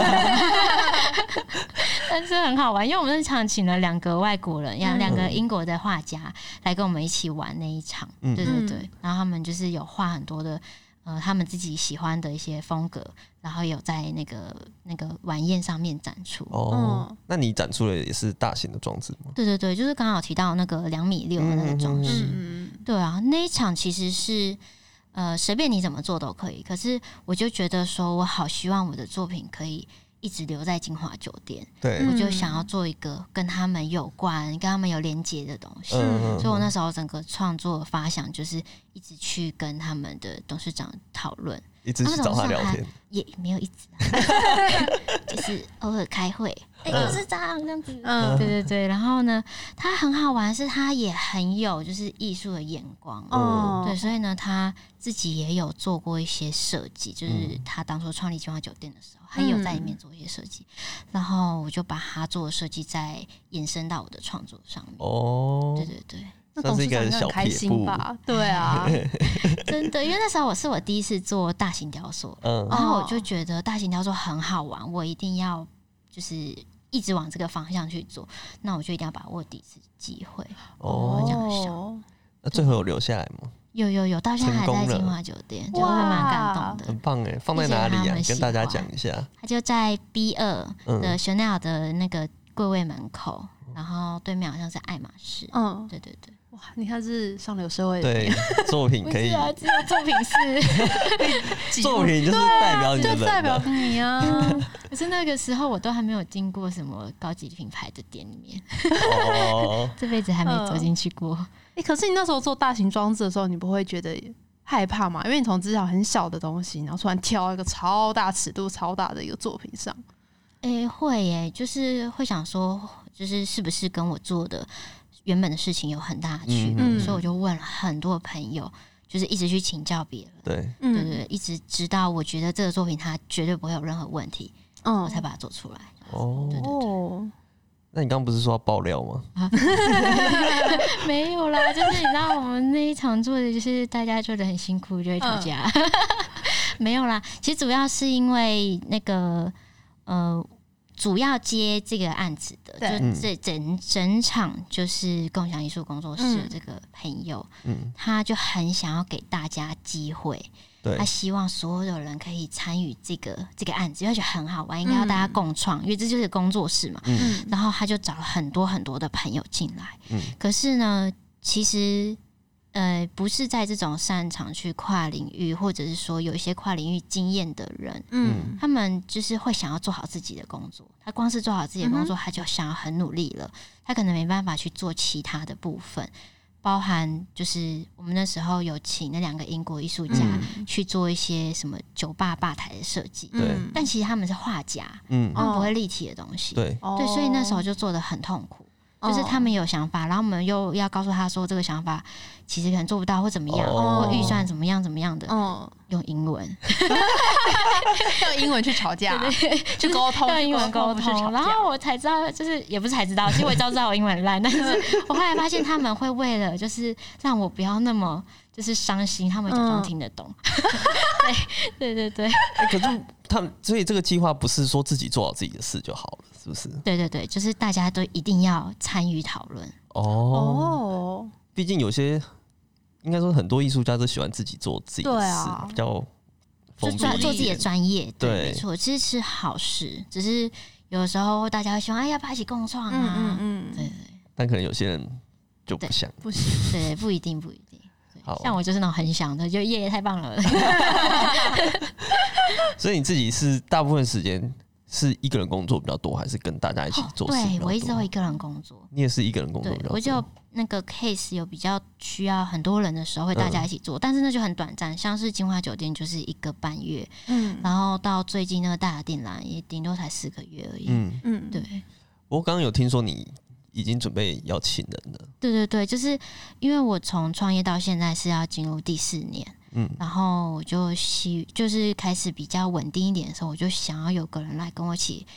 但是很好玩，因为我们那场请了两个外国人，两、嗯、个英国的画家来跟我们一起玩那一场，嗯、对对对，然后他们就是有画很多的呃他们自己喜欢的一些风格，然后有在那个那个晚宴上面展出。 哦，嗯、那你展出的也是大型的装置吗？ 对对对，就是刚好提到那个两米六的那个装饰，嗯、对啊，那一场其实是。呃，随便你怎么做都可以。可是我就觉得说，我好希望我的作品可以一直留在金华酒店。 对， 我就想要做一个跟他们有关、跟他们有连结的东西。嗯、所以我那时候整个创作发想就是一直去跟他们的董事长讨论， 一直去找他聊天， 也没有一直，就是偶尔开会。哎、欸，董事长这样子，嗯，对对对。然后呢，他很好玩，是他也很有就是艺术的眼光，哦，对，所以呢，他自己也有做过一些设计，就是他当初创立金华酒店的时候，他也有在里面做一些设计，嗯、然后我就把他做的设计再延伸到我的创作上面。哦，对对对。 那董事长应该很开心吧？对啊， 真的，因为那时候我是我第一次做大型雕塑，嗯、然后我就觉得大型雕塑很好玩，我一定要就是一直往这个方向去做，那我就一定要把握第一次机会。哦，这样想。 那最后有留下来吗？ 有有有，到现在还在金华酒店，就会蛮感动的。 很棒哎，放在哪里啊？跟大家讲一下。 它就在 B 二的 Chanel 的那个柜位门口，嗯、然后对面好像是爱马仕。嗯，对对对。 哇，你看是上流社会的对作品可以， 啊、只有作品是作品就是代表你的人， 就代表你啊。 可是那个时候我都还没有经过什么高级品牌的店里面，哦、这辈子还没走进去过。 欸、可是你那时候做大型装置的时候，你不会觉得害怕吗？因为你从至少很小的东西，然后突然跳一个超大尺度、超大的一个作品上。 哎、欸，会耶、欸，就是会想说，就是是不是跟我做的原本的事情有很大的区别，嗯、所以我就问了很多朋友，就是一直去请教别人， 对， 对对对，一直直到我觉得这个作品它绝对不会有任何问题，嗯，我才把它做出来。哦，对对对。 那你刚刚不是说要爆料吗？啊、 没有啦，就是你知道我们那一场做的就是大家做的很辛苦，就会吵架。嗯、没有啦，其实主要是因为那个呃。主要接这个案子的，就这整整场就是共享艺术工作室的这个朋友，嗯、他就很想要给大家机会，他希望所有的人可以参与这个这个案子，因为觉得很好玩，应该要大家共创，嗯、因为这就是工作室嘛。嗯、然后他就找了很多很多的朋友进来，嗯、可是呢，其实。呃，不是在这种擅长去跨领域，或者是说有一些跨领域经验的人，嗯，他们就是会想要做好自己的工作。他光是做好自己的工作，嗯、他就想要很努力了。他可能没办法去做其他的部分，包含就是我们那时候有请那两个英国艺术家去做一些什么酒吧吧台的设计，对、嗯。但其实他们是画家，嗯，他们不会立体的东西，对对，所以那时候就做得很痛苦。就是他们有想法，然后我们又要告诉他说这个想法其实可能做不到或怎么样，哦、或预算怎么样怎么样的，哦、用英文， 用英文去吵架， 对对对， 去沟通， 用英文沟通，然后我才知道，就是也不是才知道，其实我早知道我英文烂，但是我后来发现他们会为了就是让我不要那么就是伤心，他们假装听得懂，嗯、对对对对。 欸、可是他们，所以这个计划不是说自己做好自己的事就好了。是不是？对对对，就是大家都一定要参与讨论哦。毕竟有些应该说很多艺术家都喜欢自己做自己的事，啊、比较就做自己的专业。对，没错，其实是好事。只是有时候大家会希望，哎，要不要一起共创啊？嗯嗯嗯，对对。 但可能有些人就不想， 不行，对，不一定，不一定。像我就是那种很想的，就耶耶太棒了。 所以你自己是大部分时间。是一个人工作比较多，还是跟大家一起做事比较多？ 对，我一直都一个人工作。 你也是一个人工作比较多？ 我就那个 case 有比较需要很多人的时候，会大家一起做，嗯、但是那就很短暂。像是金华酒店就是一个半月，嗯，然后到最近那个大雅定兰也顶多才四个月而已，嗯嗯，对。 我刚刚有听说你已经准备要请人了。 对对对，就是因为我从创业到现在是要进入第四年。嗯，然后我就希就是开始比较稳定一点的时候，我就想要有个人来跟我一起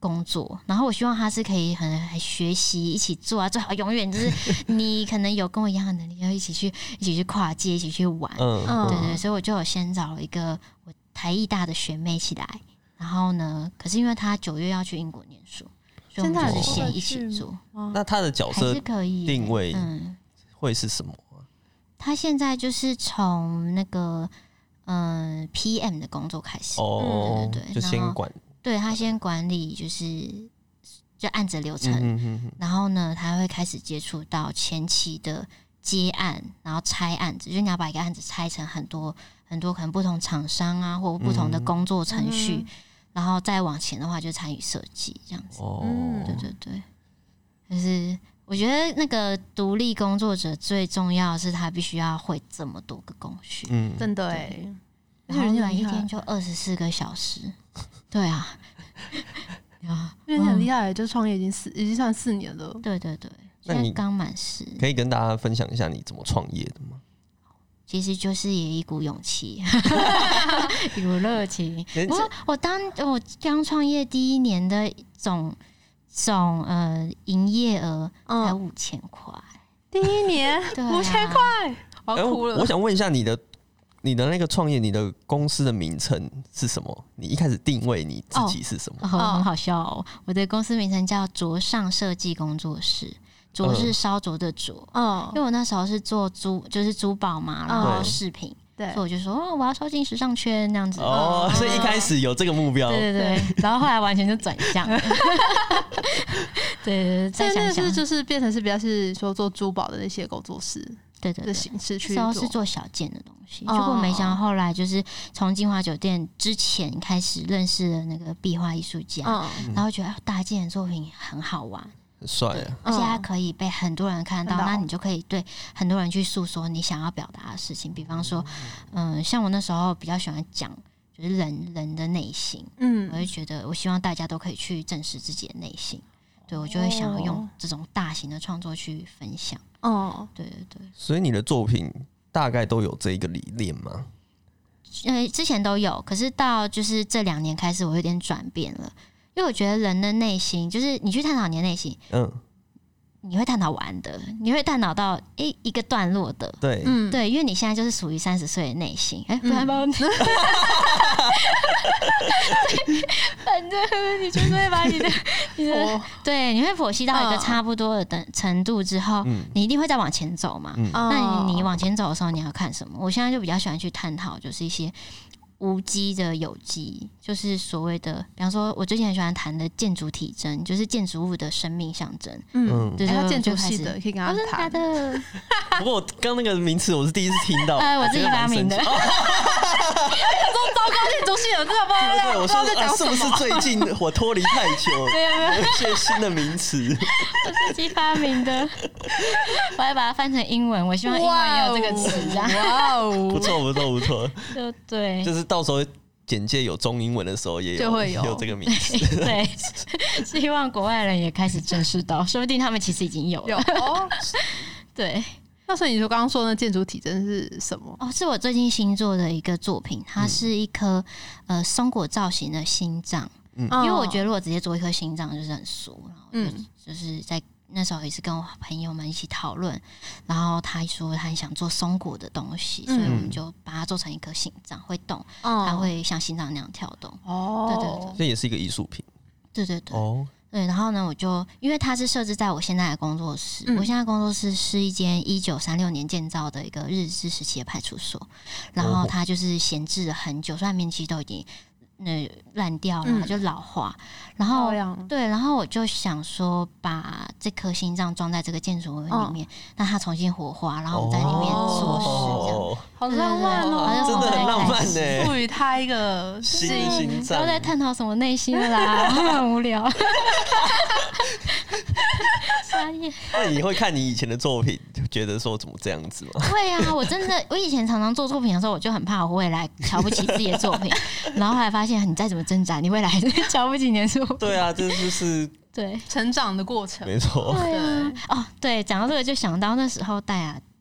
工作，然后我希望他是可以很很学习一起做啊，最好永远就是你可能有跟我一样的能力，要一起去一起去跨界，一起去玩，嗯，对对，所以我就有先找了一个我台艺大的学妹一起来，然后呢，可是因为他九月要去英国念书，所以我们就是先一起做。 那他的角色定位嗯会是什么？ 他现在就是从那个嗯 P M 的工作开始， 哦，对对对，就先管。 对，他先管理就是就案子流程，嗯哼哼，然后呢，他会开始接触到前期的接案，然后拆案子，就是你要把一个案子拆成很多很多可能不同厂商啊，或不同的工作程序，嗯、然后再往前的话就参与设计这样子。哦，对对对，就是我觉得那个独立工作者最重要的是他必须要会这么多个工序， 嗯，真的哎， 然后软一天就二十四个小时。对啊， 因为很厉害，就创业已经四，已经算四年了。 对对对，现在刚满四。 可以跟大家分享一下你怎么创业的吗？ 其实就是也一股勇气，一股热情。我我当我刚创业第一年的总总呃营业额才五千块， 第一年五千块，我要哭了。 我想问一下你的。你的那个创业，你的公司的名称是什么？你一开始定位你自己是什么？ 哦哦、很好笑哦！我的公司名称叫卓上设计工作室，卓是烧灼的灼。嗯，因为我那时候是做珠，就是珠宝嘛，然后饰品，对，所以我就说哦，我要烧进时尚圈那样子。 哦，所以一开始有这个目标， 对对对，然后后来完全就转向。对对对，再想想， 是就是变成是比较是说做珠宝的那些工作室。 对对对， 的形式去做，那时候是做小件的东西，结果没想到后来就是从金华酒店之前开始认识了那个壁画艺术家，嗯、然后觉得大件的作品很好玩， 很帅啊， 而且它可以被很多人看到，嗯、那你就可以对很多人去诉说你想要表达的事情。比方说，嗯、呃，像我那时候比较喜欢讲就是人人的内心，嗯，我就觉得我希望大家都可以去正视自己的内心。对，我就会想要用这种大型的创作去分享。哦，对对对。 所以你的作品大概都有这一个理念吗？ 呃，之前都有，可是到就是这两年开始，我有点转变了，因为我觉得人的内心，就是你去探讨你的内心，嗯，你会探讨完的，你会探讨到诶、欸、一个段落的， 对， 嗯，对，因为你现在就是属于三十岁的内心，哎、欸，不然把我，反正你就是会把你的你的对，你会剖析到一个差不多的等程度之后，嗯、你一定会再往前走嘛。嗯、那你, 你往前走的时候，你要看什么？我现在就比较喜欢去探讨，就是一些无机的有机，就是所谓的，比方说，我最近很喜欢谈的建筑体征，就是建筑物的生命象征。嗯，就是他建筑系的，可以跟他谈。 的。 不过我刚那个名词我是第一次听到， 哎，我自己发明的。 说糟糕，建筑系的，真的不知道。 对，我说在讲什么？是不是最近我脱离太久， 没有没有一些新的名词？ 我自己发明的，我还把它翻成英文，我希望英文也有这个词啊。 哇哦，不错不错不错， 就对， 就是到时候简介有中英文的时候也有就会 有, 有这个名词。 对，希望国外人也开始正视到，说不定他们其实已经有了。 有哦， 对。 那所以你说刚刚说的建筑体征是什么？ 哦，是我最近新做的一个作品，它是一颗、嗯、呃松果造型的心脏。嗯，因为我觉得如果直接做一颗心脏就是很俗，然后就、嗯、就是在那时候也是跟我朋友们一起讨论，然后他说他很想做松果的东西，所以我们就把它做成一颗心脏，会动，嗯、它会像心脏那样跳动。哦，对对对， 这也是一个艺术品。 对对对。哦。对，然后呢，我就因为它是设置在我现在的工作室，嗯、我现在工作室是一间一九三六年建造的一个日治时期的派出所，然后它就是闲置了很久，虽然面积都已经那烂掉了，嗯、就老化。然后对，然后我就想说，把这颗心脏装在这个建筑物里面，让、哦、它重新活化，然后我们在里面做事，这样、 哦、好浪漫哦， 真的很浪漫呢， 赋予它一个新心脏。 不要再探讨什么内心了啦，很无聊。 那你会看你以前的作品，就觉得说怎么这样子吗？ 会啊，我真的，我以前常常做作品的时候，我就很怕我未来瞧不起自己的作品，然后后来发现，你再怎么挣扎，你未来还是瞧不起你的作品。 对啊，这就是对成长的过程， 没错。 对啊，哦，对，讲到这个就想到那时候戴雅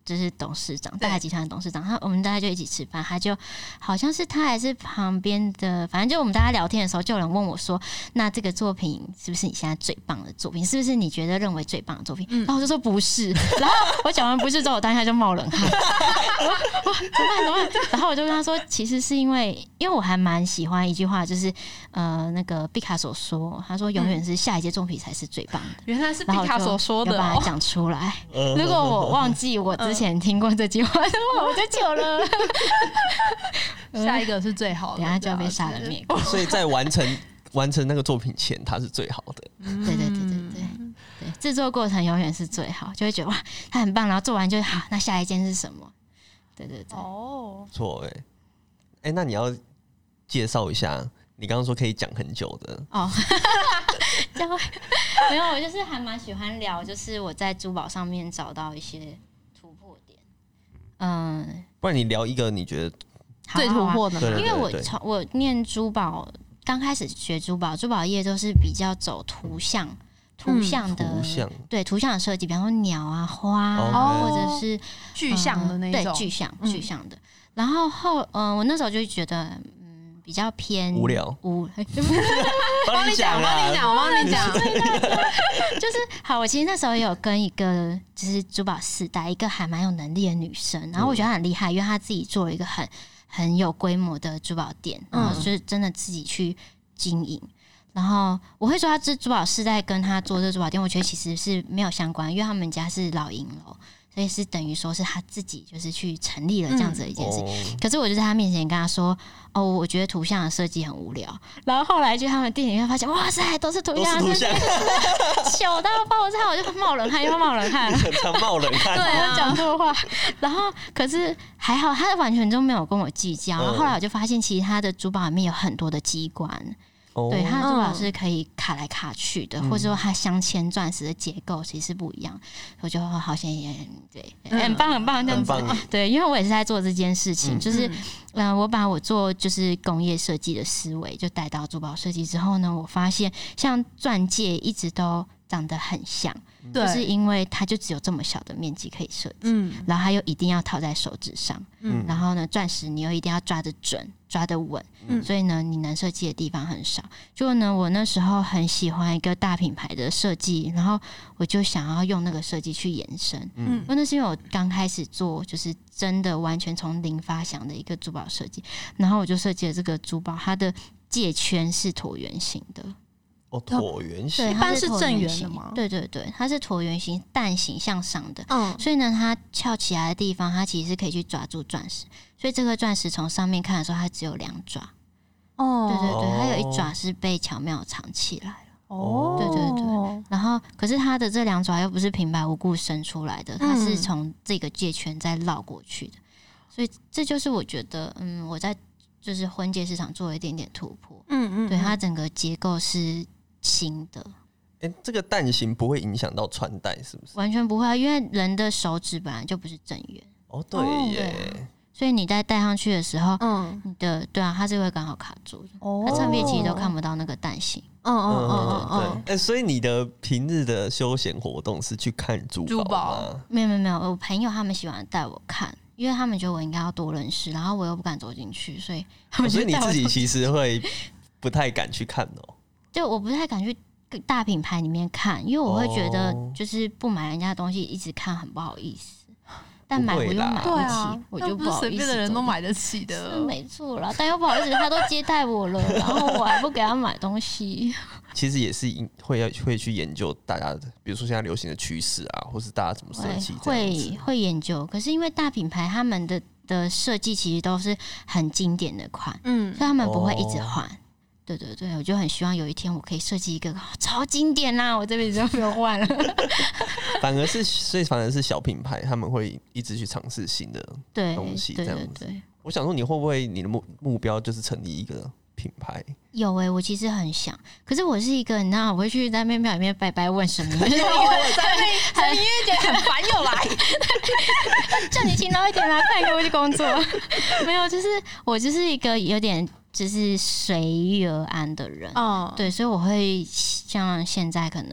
就是董事长，大海集团的董事长，他我们大家就一起吃饭，他就好像是他还是旁边的，反正就我们大家聊天的时候，就有人问我说：“那这个作品是不是你现在最棒的作品？是不是你觉得认为最棒的作品？”嗯、然后我就说不是，然后我讲完不是之后，我当下就冒冷汗，我我怎么办怎么办？然后我就跟他说，其实是因为因为我还蛮喜欢一句话，就是呃那个毕卡索说，他说永远是下一届作品才是最棒的。 原来是毕卡索说的、哦， 要把它讲出来。如果我忘记我之前听过这句话的话，我就糗了。 下一个是最好的， 等一下就要被杀人灭口。 所以在完成完成那个作品前，它是最好的。 嗯、对对对对对对，制作过程永远是最好，就会觉得哇，它很棒，然后做完就好。那下一件是什么？对对对， 哦， 不错哎，哎，那你要介绍一下，你刚刚说可以讲很久的哦，这样没有，我就是还蛮喜欢聊，就是我在珠宝上面找到一些突破点。嗯， 不然你聊一个你觉得最突破的， 因为我从我念珠宝，刚开始学珠宝，珠宝业都是比较走图像。图像的、 嗯、图像对图像的设计，比方说鸟啊、花啊， 哦、 或者是具象的那种， 呃、对具象具象的。然后后嗯、呃，我那时候就觉得嗯比较偏无聊无。 帮你讲， 帮你讲，我帮你讲。 就是好，我其实那时候有跟一个就是珠宝四代，一个还蛮有能力的女生，然后我觉得她很厉害，因为她自己做了一个很很有规模的珠宝店，然后就是真的自己去经营。然后我会说他这珠宝世代跟他做这珠宝店，我觉得其实是没有相关，因为他们家是老银楼，所以是等于说是他自己就是去成立了这样子的一件事。嗯、可是我就在他面前跟他说：“哦，我觉得图像的设计很无聊。”然后后来去他们店里面发现，哇塞，都是图像的设计，糗到爆炸，我就冒冷汗，又冒冷汗， 很常冒冷汗。 对啊，讲错话。然后可是还好，他完全都没有跟我计较。然后后来我就发现，其实他的珠宝里面有很多的机关。对，它的珠宝是可以卡来卡去的，嗯、或者说它镶嵌钻石的结构其实是不一样，我就好像也对，很棒很棒这样子。对，因为我也是在做这件事情，嗯、就是嗯、呃，我把我做就是工业设计的思维就带到珠宝设计之后呢，我发现像钻戒一直都长得很像。就是因为它就只有这么小的面积可以设计，嗯，然后它又一定要套在手指上，嗯，然后呢，钻石你又一定要抓得准、抓得稳，嗯，所以呢，你能设计的地方很少。就呢，我那时候很喜欢一个大品牌的设计，然后我就想要用那个设计去延伸，嗯，那是因为我刚开始做，就是真的完全从零发想的一个珠宝设计，然后我就设计了这个珠宝，它的戒圈是椭圆形的。 哦，椭圆形， 对， 一般是正圆的吗？ 对对对，它是椭圆形、蛋形向上的，嗯，所以呢，它翘起来的地方，它其实是可以去抓住钻石，所以这个钻石从上面看的时候，它只有两爪，哦，对对对，它有一爪是被巧妙藏起来了，哦，对对对，然后可是它的这两爪又不是平白无故生出来的，它是从这个戒圈再绕过去的，所以这就是我觉得，嗯，我在就是婚戒市场做了一点点突破，嗯嗯，对，它整个结构是新的， 哎、欸，这个蛋形不会影响到穿戴，是不是？ 完全不会啊，因为人的手指本来就不是正圆。 哦，对耶。 哦，对，所以你在戴上去的时候，嗯，你的对啊，它是会刚好卡住的。哦，它侧面其实都看不到那个蛋形。嗯嗯嗯嗯嗯，对。哎、欸，所以你的平日的休闲活动是去看珠宝吗？珠宝没有没有没有，我朋友他们喜欢带我看。因为他们觉得我应该要多认识，然后我又不敢走进去，所以他们就带我走进去。 所以你自己其实会不太敢去看哦。 就我不太敢去大品牌里面看，因为我会觉得就是不买人家的东西一直看很不好意思，但买我又买不起，啊、我就不好意思。 随便的人都买得起的， 没错啦。但又不好意思，他都接待我了，然后我还不给他买东西。 其实也是会要会去研究大家的，比如说现在流行的趋势啊，或是大家怎么设计， 会会研究。可是因为大品牌他们的的设计其实都是很经典的款，嗯，所以他们不会一直换。哦，对对对，我就很希望有一天我可以设计一个超经典啦，我这辈子就不用换了。 反而是，所以反而是小品牌，他们会一直去尝试新的东西，这样子。对对对，我想说，你会不会你的目目标就是成立一个品牌？ 有哎、欸，我其实很想，可是我是一个，你知道，我会去在庙里面拜拜问神明， 我在那陈音乐节很烦又来， 叫你勤劳一点啦，快点给我去工作。没有，就是我就是一个有点。就是随遇而安的人，哦，对，所以我会像现在可能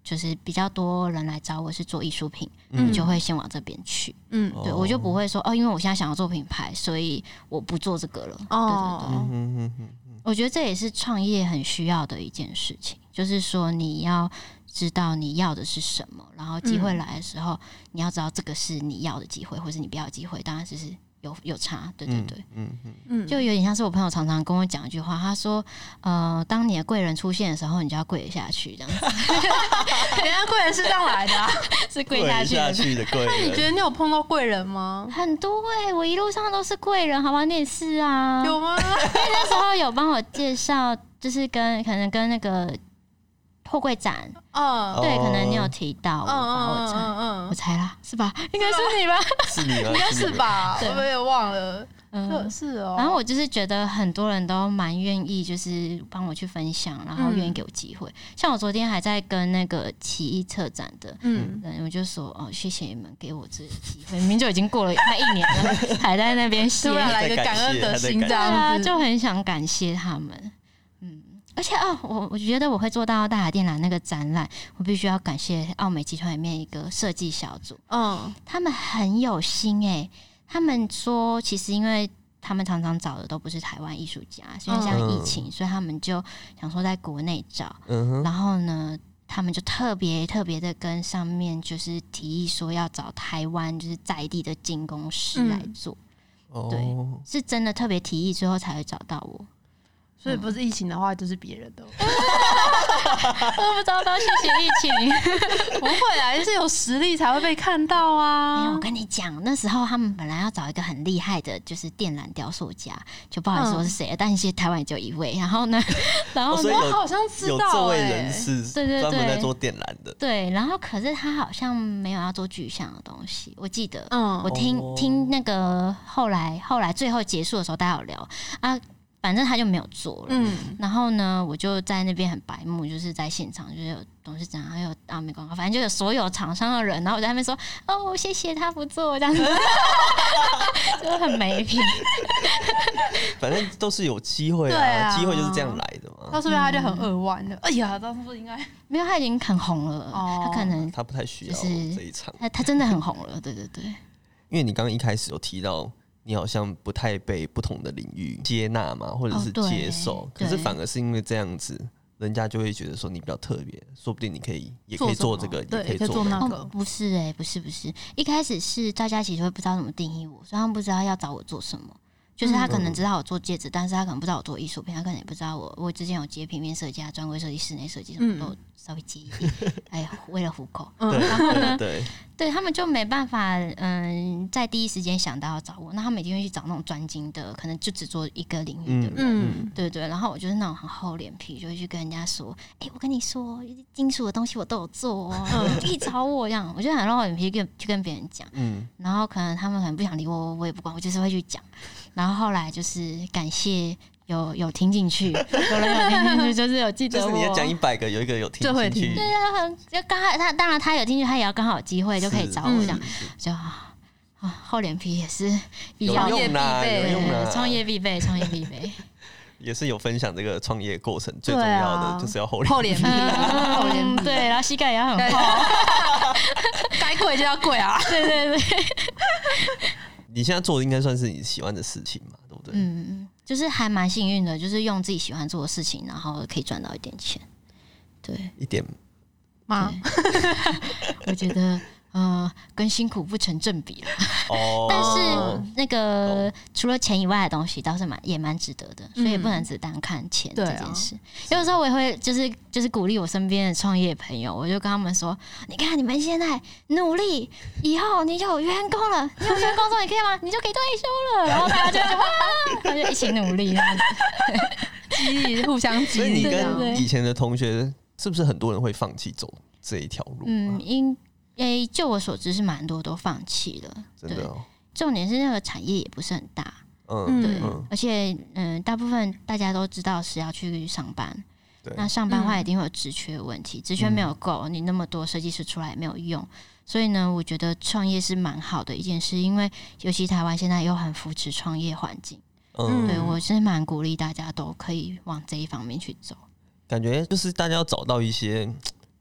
就是比较多人来找我是做艺术品，嗯，你就会先往这边去。嗯，对，我就不会说哦，因为我现在想要做品牌，所以我不做这个了。哦，对对对，嗯嗯嗯，我觉得这也是创业很需要的一件事情，就是说你要知道你要的是什么，然后机会来的时候，嗯、你要知道这个是你要的机会，或是你不要的机会，当然只是。有有差，对对对，嗯嗯嗯，就有点像是我朋友常常跟我讲一句话，他说，呃，当你的贵人出现的时候，你就要跪下去，这样子。 人家贵人是这样来的、啊， 是跪下去 的, 下去的贵人。 那你觉得你有碰到贵人吗？ 很多哎、欸，我一路上都是贵人，好吧？你也是啊， 有吗？ 因为那时候有帮我介绍，就是跟可能跟那个。货柜展，嗯，对，可能你有提到，嗯嗯嗯嗯，我猜啦，是吧？应该是你吧？ 是你吗？ 应该是吧？我也忘了，嗯，是哦。 然后我就是觉得很多人都蛮愿意，就是帮我去分享，然后愿意给我机会。像我昨天还在跟那个奇艺策展的，嗯，我就说哦，谢谢你们给我这个机会，明明就已经过了快一年了，还在那边写， 突然来一个感恩的心，这样子，就很想感谢他们，嗯。而且哦，我我觉得我会做到大雅电缆那个展览，我必须要感谢奥美集团里面一个设计小组，嗯，他们很有心哎、欸，他们说其实因为他们常常找的都不是台湾艺术家，因为像疫情，嗯、所以他们就想说在国内找，嗯、然后呢，他们就特别特别的跟上面就是提议说要找台湾就是在地的进工师来做，嗯、对，哦、是真的特别提议之后才会找到我。 所以不是疫情的话，就是别人的。我不知道，谢谢疫情。不会啊，就是有实力才会被看到啊。 没有，我跟你讲，那时候他们本来要找一个很厉害的，就是电缆雕塑家，就不好意思说是谁，嗯、但是台湾也就一位。然后呢，然后呢， 我好像知道、欸、 有这位人士，对对对，专门在做电缆的。 对，然后可是他好像没有要做具象的东西，我记得，嗯，我听、哦、听那个后来后来最后结束的时候，大家有聊啊。反正他就没有做了，嗯，然后呢，我就在那边很白目，就是在现场，就是有董事长，还有啊没广告，反正就有所有厂商的人，然后我在那边说，哦，谢谢他不做这样子，就很没品。 反正都是有机会啊，机、啊、会就是这样来的嘛。 到时候他就很扼腕了，嗯、哎呀，当初应该没有，他已经很红了，哦、他可能他不太需要这一场， 他他真的很红了，对对对。 因为你刚刚一开始有提到。你好像不太被不同的领域接纳嘛，或者是接受，哦、可是反而是因为这样子，人家就会觉得说你比较特别，说不定你可以也可以做这个， 也可以做那个。 哦、不是哎、欸，不是不是，一开始是大家其实会不知道怎么定义我，所以他们不知道要找我做什么。就是他可能知道我做戒指，嗯、但是他可能不知道我做艺术品，他可能也不知道我我之前有接平面设计、专柜设计、室内设计什么都稍微接一点。哎呀，为了糊口，嗯、然后呢，对, 对, 对他们就没办法，嗯，在第一时间想到要找我，那他们一定会去找那种专精的，可能就只做一个领域的人，嗯、对对。然后我就是那种很厚脸皮，就会去跟人家说，哎、欸，我跟你说，金属的东西我都有做哦，嗯、可以找我这样。我就很厚脸皮跟去跟别人讲，嗯，然后可能他们可能不想理我，我也不管，我就是会去讲。然后后来就是感谢有有听进去，有人有听进去，就是有记得我。 就是你要讲一百个，有一个有听进去， 对啊，很就刚好他当然他有听进去，他也要刚好有机会就可以找我这样，就啊厚脸皮也是必要， 有用啦，有用啦， 创业必备，创业必备。 也是有分享这个创业过程最重要的，就是要厚脸厚脸皮，厚脸皮， 对，然后膝盖也要很厚， 该跪就要跪啊， 对对对。 你现在做的应该算是你喜欢的事情嘛，对不对？ 嗯，就是还蛮幸运的，就是用自己喜欢做的事情，然后可以赚到一点钱。对， 一点吗？ 我觉得呃，跟辛苦不成正比了。哦，但是那个、哦、除了钱以外的东西，倒是蛮也蛮值得的，所以也不能只单看钱这件事。嗯啊、有时候我也会就是就是鼓励我身边的创业朋友，我就跟他们说：“你看你们现在努力，以后你就有员工了，你有员工之后你可以吗？你就可以退休了。”然后大家就哇，然后就一起努力， 激励互相激励。 所以你跟以前的同学是不是很多人会放弃走这一条路？ 嗯，因诶、欸，就我所知是蛮多都放弃了， 真的、哦。 重点是那个产业也不是很大，嗯，对，嗯、而且嗯，大部分大家都知道是要去上班，对，那上班的话一定会有职缺的问题，职、嗯、缺没有够，你那么多设计师出来也没有用，所以呢，我觉得创业是蛮好的一件事，因为尤其台湾现在又很扶持创业环境，嗯，对我是蛮鼓励大家都可以往这一方面去走。 感觉就是大家要找到一些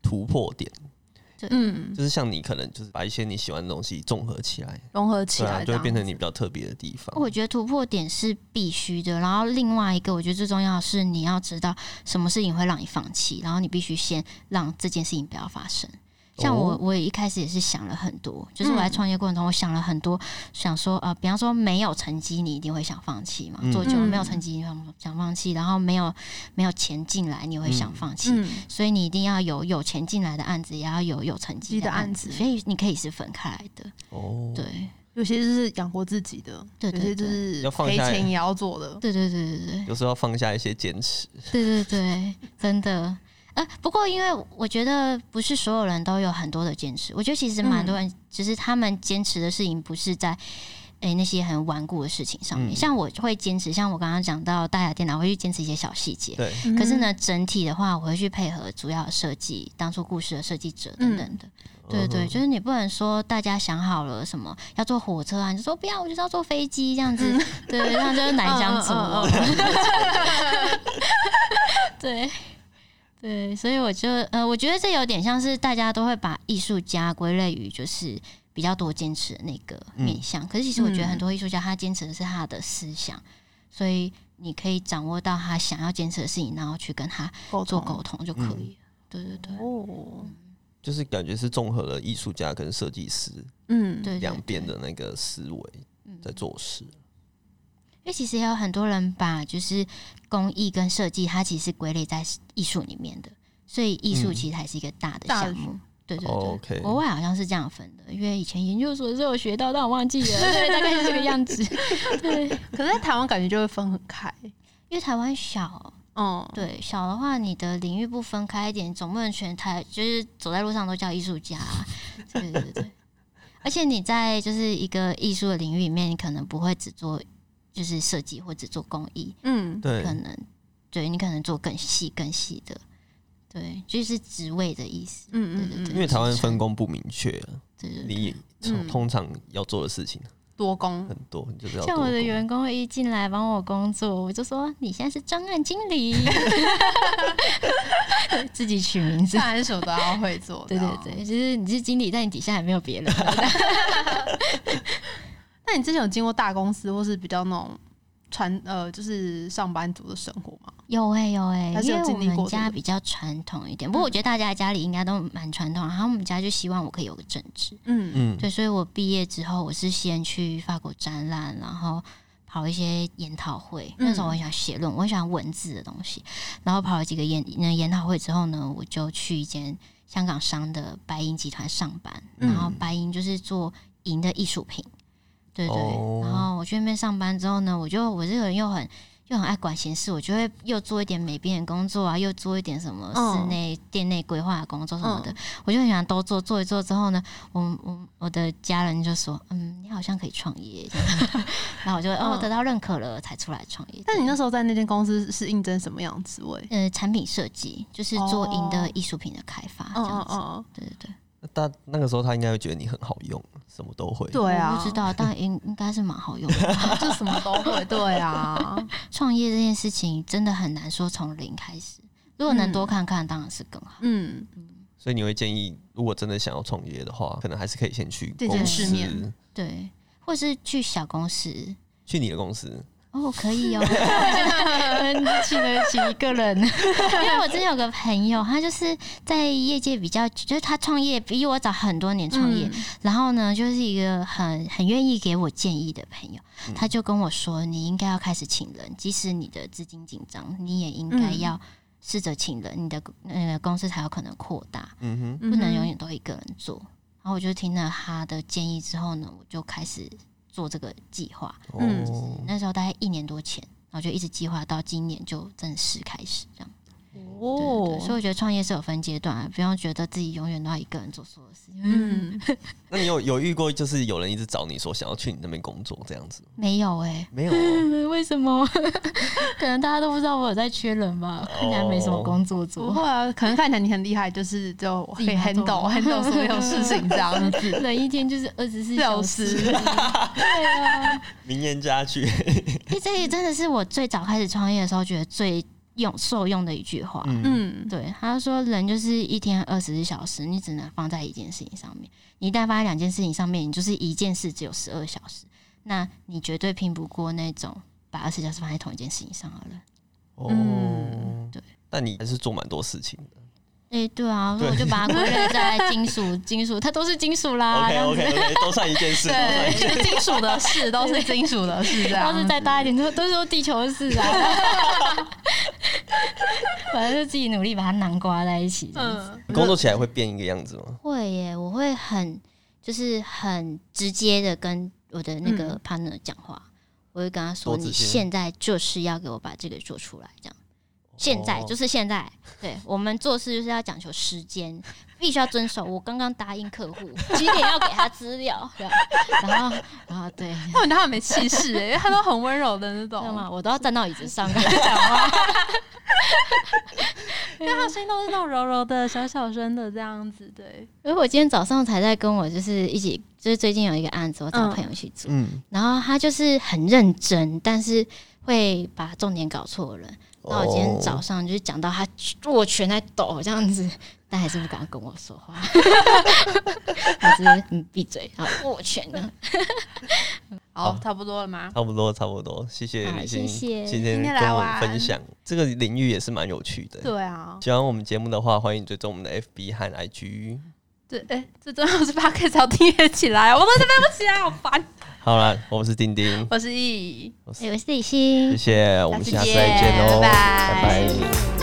突破点。 嗯， 就是像你可能就是把一些你喜欢的东西综合起来， 融合起来、啊， 就会变成你比较特别的地方。 我觉得突破点是必须的，然后另外一个我觉得最重要的是你要知道什么事情会让你放弃，然后你必须先让这件事情不要发生。像我，我也一开始也是想了很多，就是我在创业过程中，我想了很多，想说呃，比方说没有成绩，你一定会想放弃嘛？做久了没有成绩，你会想放弃，然后没有没有钱进来，你会想放弃，嗯、所以你一定要有有钱进来的案子，也要有有成绩的案子，所以你可以是分开来的。哦，对， 有些就是养活自己的，对对对，有些就是赔钱也要做的， 对对对对对， 有时候要放下一些坚持， 对对对，真的。呃，不过因为我觉得不是所有人都有很多的坚持，我觉得其实蛮多人，只是他们坚持的事情不是在诶、欸、那些很顽固的事情上面。嗯、像我会坚持，像我刚刚讲到大雅电脑，我会去坚持一些小细节。 对。 可是呢，整体的话，我会去配合主要的设计、当初故事的设计者等等的。嗯、对对对，就是你不能说大家想好了什么要坐火车啊，你就说不要，我就是要坐飞机这样子。嗯、对，这样就是难相处。对。对，所以我就呃，我觉得这有点像是大家都会把艺术家归类于就是比较多坚持的那个面向，嗯、可是其实我觉得很多艺术家他坚持的是他的思想，所以你可以掌握到他想要坚持的事情，然后去跟他做沟通就可以了。嗯、对对对，哦， 就是感觉是综合了艺术家跟设计师，嗯，两边的那个思维在做事。 因为其实也有很多人把就是工艺跟设计，它其实是归类在艺术里面的，所以艺术其实还是一个大的项目。嗯、对对对， oh, okay. 国外好像是这样分的，因为以前研究所的时候有学到，但我忘记了，对，大概是这个样子。对， 可是在台湾感觉就会分很开， 因为台湾小。嗯，对，小的话，你的领域不分开一点，总不能全台就是走在路上都叫艺术家、啊。对对对，而且你在就是一个艺术的领域里面，你可能不会只做。就是设计或者做工艺，嗯，对，可能对你可能做更细、更细的，对，就是职位的意思，嗯对对对， 因为台湾分工不明确，对对，你通常要做的事情多工很多，你就是要像我的员工一进来帮我工作，我就说你现在是专案经理，自己取名字， 看什么都要会做， 对对对，就是你是经理，但你底下还没有别人。 那你之前有经过大公司或是比较那种传呃，就是上班族的生活吗？ 有哎、欸、有哎、欸， 因为我们家比较传统一点，不过我觉得大家家里应该都蛮传统。然后我们家就希望我可以有个正职，嗯嗯，对，所以我毕业之后，我是先去法国展览，然后跑一些研讨会。那时候我很喜欢写论文，我很喜欢文字的东西。然后跑了几个研研讨会之后呢，我就去一间香港商的白银集团上班，然后白银就是做银的艺术品。对对， oh. 然后我去那边上班之后呢，我就我这个人又很又很爱管闲事，我就会又做一点美编的工作啊，又做一点什么室内、oh. 店内规划的工作什么的， oh. 我就很想都做。做一做之后呢，我我我的家人就说，嗯，你好像可以创业，然后我就哦得到认可了才出来创业。 但你那时候在那间公司是应征什么样的职位？ 呃，产品设计，就是做银的艺术品的开发这样子。Oh. Oh. 对对对。 但那个时候他应该会觉得你很好用，什么都会。 对啊， 我不知道，但应应该是蛮好用的， 就什么都会。对啊， 创业这件事情真的很难说从零开始，如果能多看看，当然是更好。嗯嗯。所以你会建议，如果真的想要创业的话，可能还是可以先去公司， 对，或是去小公司， 去你的公司。 哦，可以哦，请得起一个人，因为我之前有个朋友，他就是在业界比较，就是他创业比我早很多年创业，嗯、然后呢，就是一个很很愿意给我建议的朋友，他就跟我说，你应该要开始请人，即使你的资金紧张，你也应该要试着请人，你的那个公司才有可能扩大，嗯哼，不能永远都一个人做。然后我就听了他的建议之后呢，我就开始做这个计划，嗯，那时候大概一年多前，然后就一直计划到今年就正式开始这样。哦，对对对，所以我觉得创业是有分阶段，不用觉得自己永远都要一个人做所有事情。嗯， 那你有有遇过就是有人一直找你说想要去你那边工作这样子？ 没有哎、欸， 没有、啊， 为什么？可能大家都不知道我有在缺人吧，看起来没什么工作做。 不会啊，可能看起来你很厉害，就是就可以 handle handle 所有事情这样子。 人一天就是二十四小时。对啊， 名言佳句。 因为这也真的是我最早开始创业的时候觉得最用受用的一句话。嗯，对，他说人就是一天二十四小时，你只能放在一件事情上面。你一旦放在两件事情上面，你就是一件事只有十二小时，那你绝对拼不过那种把二十小时放在同一件事情上的人。 哦，嗯、对。但你还是做蛮多事情的。 哎、欸，对啊，所以我就把它归类在金属，金属它都是金属啦。 OK OK OK， 都算一件事， 对，是金属的事，都是金属的事，这样。 要是再大一点，都都是地球的事啊。反正就自己努力把它囊括在一起。嗯， 你工作起来会变一个样子吗？ 会耶，我会很就是很直接的跟我的那个 partner 讲话、嗯，我会跟他说：“你现在就是要给我把这个做出来，这样。”现在就是现在，对，我们做事就是要讲求时间，必须要遵守。我刚刚答应客户几点要给他资料，然后，然后对， 他们他很没气势哎，因为他都很温柔的那种， 吗？我都要站到椅子上跟他讲话， 因为他声音都是那种柔柔的、小小声的这样子，对。 因为我今天早上才在跟我就是一起，就是最近有一个案子，我找朋友去做，嗯，然后他就是很认真，但是会把重点搞错了。那我今天早上就是讲到他握拳在抖这样子，但还是不敢跟我说话，还是嗯闭嘴，好握拳呢。 好，差不多了吗？ 差不多，差不多。谢谢李欣， 谢谢今天跟我们分享这个领域也是蛮有趣的。 对啊， 喜欢我们节目的话，欢迎追踪我们的 F B 和 I G。 对，哎、欸，最重要是 Podcast 要订阅起来，我都是背不起来，好烦。 好了，我是丁丁， 我是易， 我是李欣， 谢谢，我们下次再见喽，拜拜。拜拜。